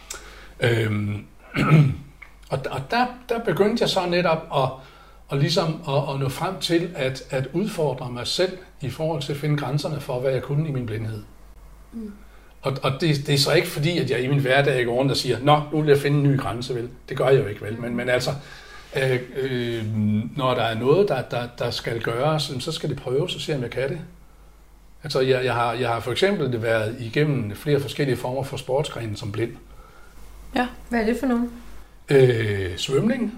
Speaker 8: Øhm, og og der, der begyndte jeg så netop at, og ligesom at, at nå frem til at, at udfordre mig selv i forhold til at finde grænserne for, hvad jeg kunne i min blindhed. Mm. Og, og det, det er så ikke fordi, at jeg i min hverdag går rundt og siger, nå, nu vil jeg finde en ny grænse, vel? Det gør jeg jo ikke, vel? Men, men altså, øh, øh, når der er noget, der, der, der skal gøres, så skal det prøves og se, om jeg kan det. Altså, jeg, jeg, har, jeg har for eksempel været igennem flere forskellige former for sportsgrene som blind.
Speaker 4: Ja, hvad er det for nogen?
Speaker 8: Øh, svømning.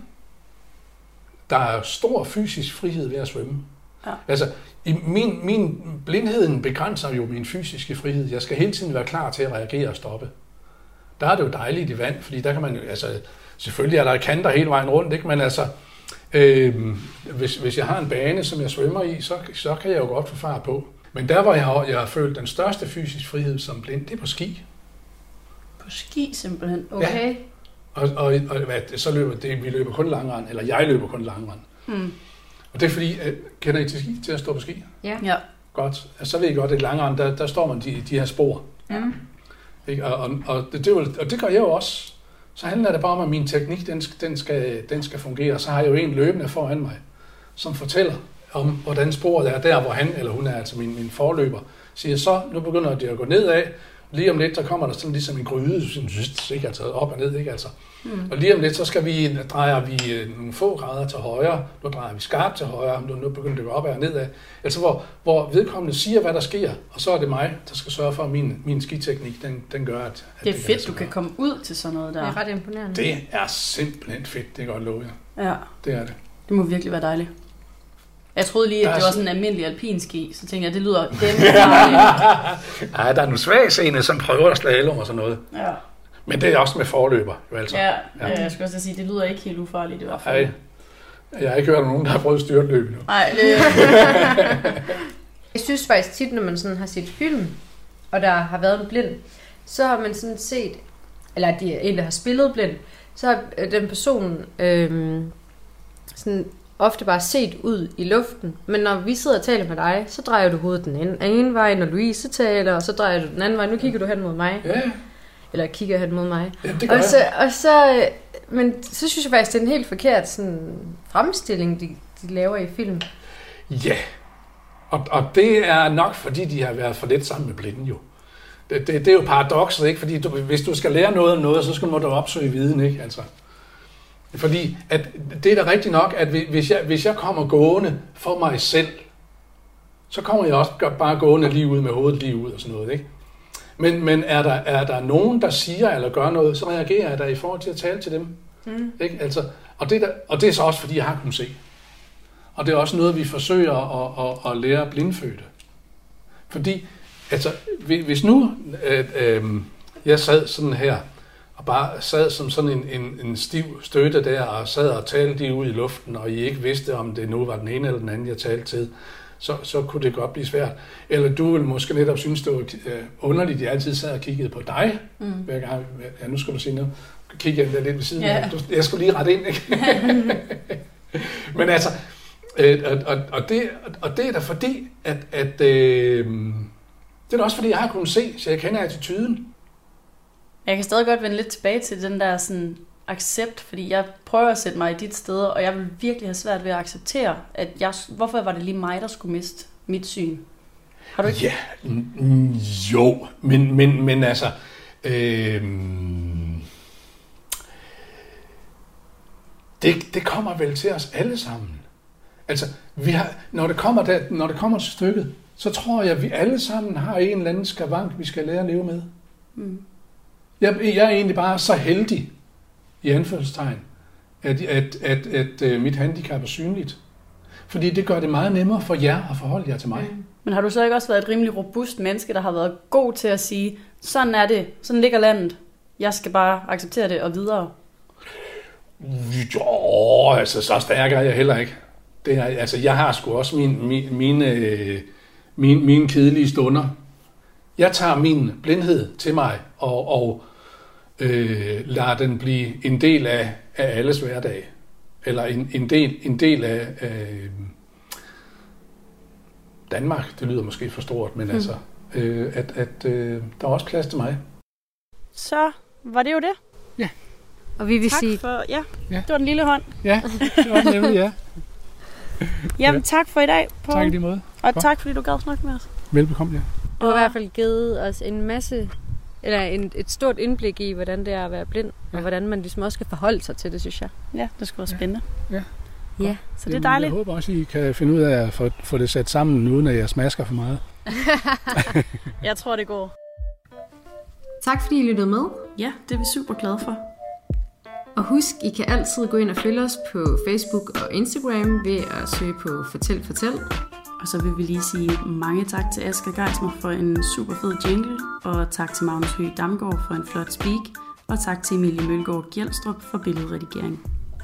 Speaker 8: Der er stor fysisk frihed ved at svømme. Ja. Altså, i min, min blindheden begrænser jo min fysiske frihed. Jeg skal hele tiden være klar til at reagere og stoppe. Der er det jo dejligt i vand, fordi der kan man jo, altså, selvfølgelig er der kanter hele vejen rundt, ikke? Men altså, øh, hvis, hvis jeg har en bane, som jeg svømmer i, så, så kan jeg jo godt få fart på. Men der, hvor jeg har, jeg har følt den største fysisk frihed som blind, det er på ski.
Speaker 3: På ski simpelthen?
Speaker 4: Okay.
Speaker 8: Ja. Og, og, og hvad, så løber det, vi løber kun langrend, eller jeg løber kun langrend. Mm. Og det er fordi, at, kender I til ski, til at stå på ski?
Speaker 3: Ja. Ja.
Speaker 8: Godt. Altså, så ved I godt, at langrend, der, der står man de, de her spor.
Speaker 3: Ja.
Speaker 8: Ikke? Og, og, og, det, det, og det gør jeg jo også. Så handler det bare om, at min teknik, den, den, skal, den skal fungere. Så har jeg jo en løbende foran mig, som fortæller om, hvordan sporet er der, hvor han eller hun er, altså min, min forløber, siger så, nu begynder det at gå nedad. Lige om lidt, så kommer der sådan ligesom en gryde, ikke, altså op og ned, ikke altså. Mm. Og lige om lidt, så skal vi, drejer vi nogle få grader til højre, nu drejer vi skarpt til højre, nu, nu begynder det at gå op og nedad. Altså hvor, hvor vedkommende siger, hvad der sker, og så er det mig, der skal sørge for, at min, min skiteknik, den, den gør, at, at
Speaker 3: det er det fedt, kan du kan komme ud til sådan noget der.
Speaker 4: Det er ret imponerende.
Speaker 8: Det er simpelthen fedt, det kan godt love jer.
Speaker 3: Ja.
Speaker 8: Det er det.
Speaker 3: Det må virkelig være dejligt. Jeg troede lige, at det var sådan en almindelig alpinski, så tænkte jeg, det lyder dem.
Speaker 8: Nej, der er nogle svagseende, som prøver at slalom og sådan noget.
Speaker 3: Ja.
Speaker 8: Men det er også med forløber, jo altså.
Speaker 3: Ja, ja. Jeg skal også sige, det lyder ikke helt ufarligt i hvert fald.
Speaker 8: Nej, jeg har ikke hørt om nogen, der har prøvet styrtløb endnu.
Speaker 3: Nej, det...
Speaker 4: Jeg synes faktisk tit, når man sådan har set film, og der har været en blind, så har man sådan set, eller at de en, der har spillet blind, så har den person øhm, sådan ofte bare set ud i luften. Men når vi sidder og taler med dig, så drejer du hovedet den ene, ene vej, når Louise taler, og så drejer du den anden vej. Nu kigger du hen mod mig.
Speaker 8: Ja.
Speaker 4: Eller kigger hen mod mig.
Speaker 8: Ja, det gør
Speaker 4: og så, og så, men så synes jeg faktisk, det er en helt forkert sådan, fremstilling, de, de laver i film.
Speaker 8: Ja, og, og det er nok, fordi de har været for lidt sammen med blinde jo. Det, det, det er jo paradokset, ikke? Fordi du, hvis du skal lære noget om noget, så skal du opsøge viden, ikke? Altså, fordi at det er da rigtigt nok, at hvis jeg, hvis jeg kommer gående for mig selv, så kommer jeg også bare gående lige ud med hovedet lige ud og sådan noget, ikke? Men, men er, der, er der nogen, der siger eller gør noget, så reagerer jeg der i forhold til at tale til dem. Mm. Ikke? Altså, og, det der, og det er så også, fordi jeg har kunnet se. Og det er også noget, vi forsøger at, at, at lære blindfødte. Fordi, altså, hvis nu at, øh, jeg sad sådan her, og bare sad som sådan en, en, en stiv støtte der, og sad og talte de ud i luften, og I ikke vidste, om det nu var den ene eller den anden, jeg talte til, så, så kunne det godt blive svært. Eller du ville måske netop synes, det var øh, underligt, at jeg altid sad og kiggede på dig. Mm. Hver gang, ja, nu skal du sige noget. Kigge jeg der lidt ved siden af. Yeah. Jeg skulle lige rette ind, ikke? Men altså, øh, og, og, det, og det er da fordi, at, at øh, det er da også fordi, jeg har kunnet se, så jeg kender attituden.
Speaker 3: Jeg kan stadig godt vende lidt tilbage til den der sådan accept, fordi jeg prøver at sætte mig i dit sted, og jeg vil virkelig have svært ved at acceptere, at jeg, hvorfor var det lige mig, der skulle miste mit syn? Har du ikke?
Speaker 8: Ja, mm, jo, men, men, men altså, øh, det, det kommer vel til os alle sammen. Altså, vi har, når, det kommer der, når det kommer til stykket, så tror jeg, at vi alle sammen har en eller anden skavank, vi skal lære at leve med. Mm. Jeg, jeg er egentlig bare så heldig, i anførselstegn, at, at, at, at, at mit handicap er synligt. Fordi det gør det meget nemmere for jer at forholde jer til mig. Mm.
Speaker 3: Men har du så ikke også været et rimelig robust menneske, der har været god til at sige, sådan er det, sådan ligger landet, jeg skal bare acceptere det og videre?
Speaker 8: Jo, altså så stærk er jeg heller ikke. Det er, altså, jeg har sgu også min, min, mine, mine, mine kedelige stunder. Jeg tager min blindhed til mig og, og øh, lader den blive en del af, af alles hverdag. Eller en, en, del, en del af øh, Danmark. Det lyder måske for stort, men hmm. altså, øh, at, at øh, der er også plads til mig.
Speaker 7: Så var det jo det.
Speaker 8: Ja.
Speaker 4: Og vi vil
Speaker 7: tak
Speaker 4: sige...
Speaker 7: For, ja,
Speaker 8: ja,
Speaker 7: det var den lille hånd.
Speaker 8: Ja, det var nemlig, ja.
Speaker 7: Jamen, tak for i dag, Poul.
Speaker 8: Tak i lige måde.
Speaker 7: Og godt. Tak, fordi du gad snakke med os.
Speaker 8: Velbekomme, ja.
Speaker 4: Du har i hvert fald givet os en masse, eller en, et stort indblik i, hvordan det er at være blind, ja. Og hvordan man ligesom også skal forholde sig til det, synes jeg.
Speaker 7: Ja, det skulle være spændende.
Speaker 8: Ja.
Speaker 4: Ja. Ja.
Speaker 7: Så det er dejligt.
Speaker 8: Jeg håber også, I kan finde ud af at få, få det sat sammen, uden at jeg smasker for meget.
Speaker 7: Jeg tror, det går.
Speaker 4: Tak fordi I lyttede med.
Speaker 7: Ja, det er vi super glade for.
Speaker 4: Og husk, I kan altid gå ind og følge os på Facebook og Instagram ved at søge på Fortæl Fortæl.
Speaker 3: Og så vil vi lige sige mange tak til Asger Geismer for en super fed jingle, og tak til Magnus Høgh Damgaard for en flot speak, og tak til Emilie Mølgaard Gjelstrup for billedredigering.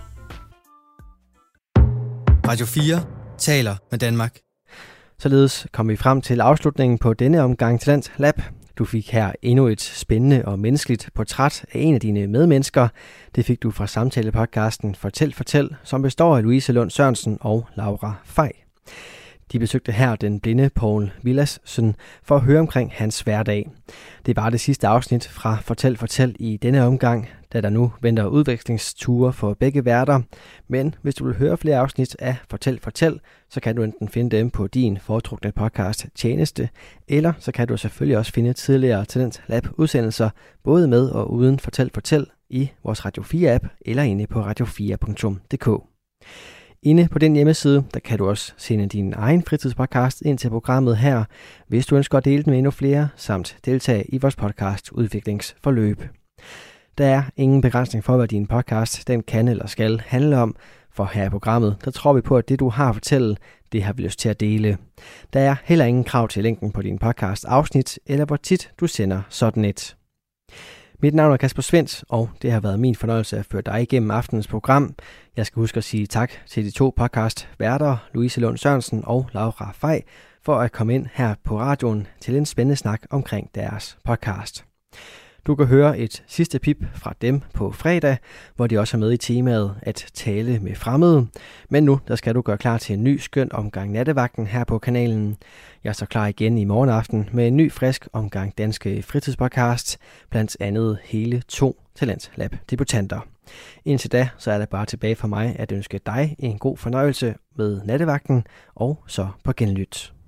Speaker 1: Radio fire taler med Danmark.
Speaker 2: Således kom vi frem til afslutningen på denne omgang Talent Lab. Du fik her endnu et spændende og menneskeligt portræt af en af dine medmennesker. Det fik du fra samtalepodcasten Fortæl Fortæl, som består af Louise Lund Sørensen og Laura Fej. De besøgte her den blinde Poul Villassen for at høre omkring hans hverdag. Det var det sidste afsnit fra Fortæl Fortæl i denne omgang, da der nu venter udvekslingsture for begge værter. Men hvis du vil høre flere afsnit af Fortæl Fortæl, så kan du enten finde dem på din foretrukne podcast tjeneste, eller så kan du selvfølgelig også finde tidligere Talent Lab udsendelser, både med og uden Fortæl Fortæl, i vores Radio fire app eller inde på radio fire punktum d k. Inde på den hjemmeside, der kan du også sende din egen fritidspodcast ind til programmet her, hvis du ønsker at dele den med endnu flere, samt deltage i vores podcast udviklingsforløb. Der er ingen begrænsning for, hvad din podcast den kan eller skal handle om, for her i programmet, der tror vi på, at det du har at fortælle, det har vi lyst til at dele. Der er heller ingen krav til længden på din podcast afsnit, eller hvor tit du sender sådan et. Mit navn er Kasper Svendt, og det har været min fornøjelse at føre dig igennem aftenens program. Jeg skal huske at sige tak til de to podcast-værter, Louise Lund Sørensen og Laura Fej, for at komme ind her på radioen til en spændende snak omkring deres podcast. Du kan høre et sidste pip fra dem på fredag, hvor de også er med i temaet at tale med fremmede. Men nu der skal du gøre klar til en ny skøn omgang Nattevagten her på kanalen. Jeg er så klar igen i morgen aften med en ny frisk omgang danske fritidspodcasts, blandt andet hele to Talentlab debutanter. Indtil da, så er det bare tilbage for mig at ønske dig en god fornøjelse med Nattevagten, og så på genlyt.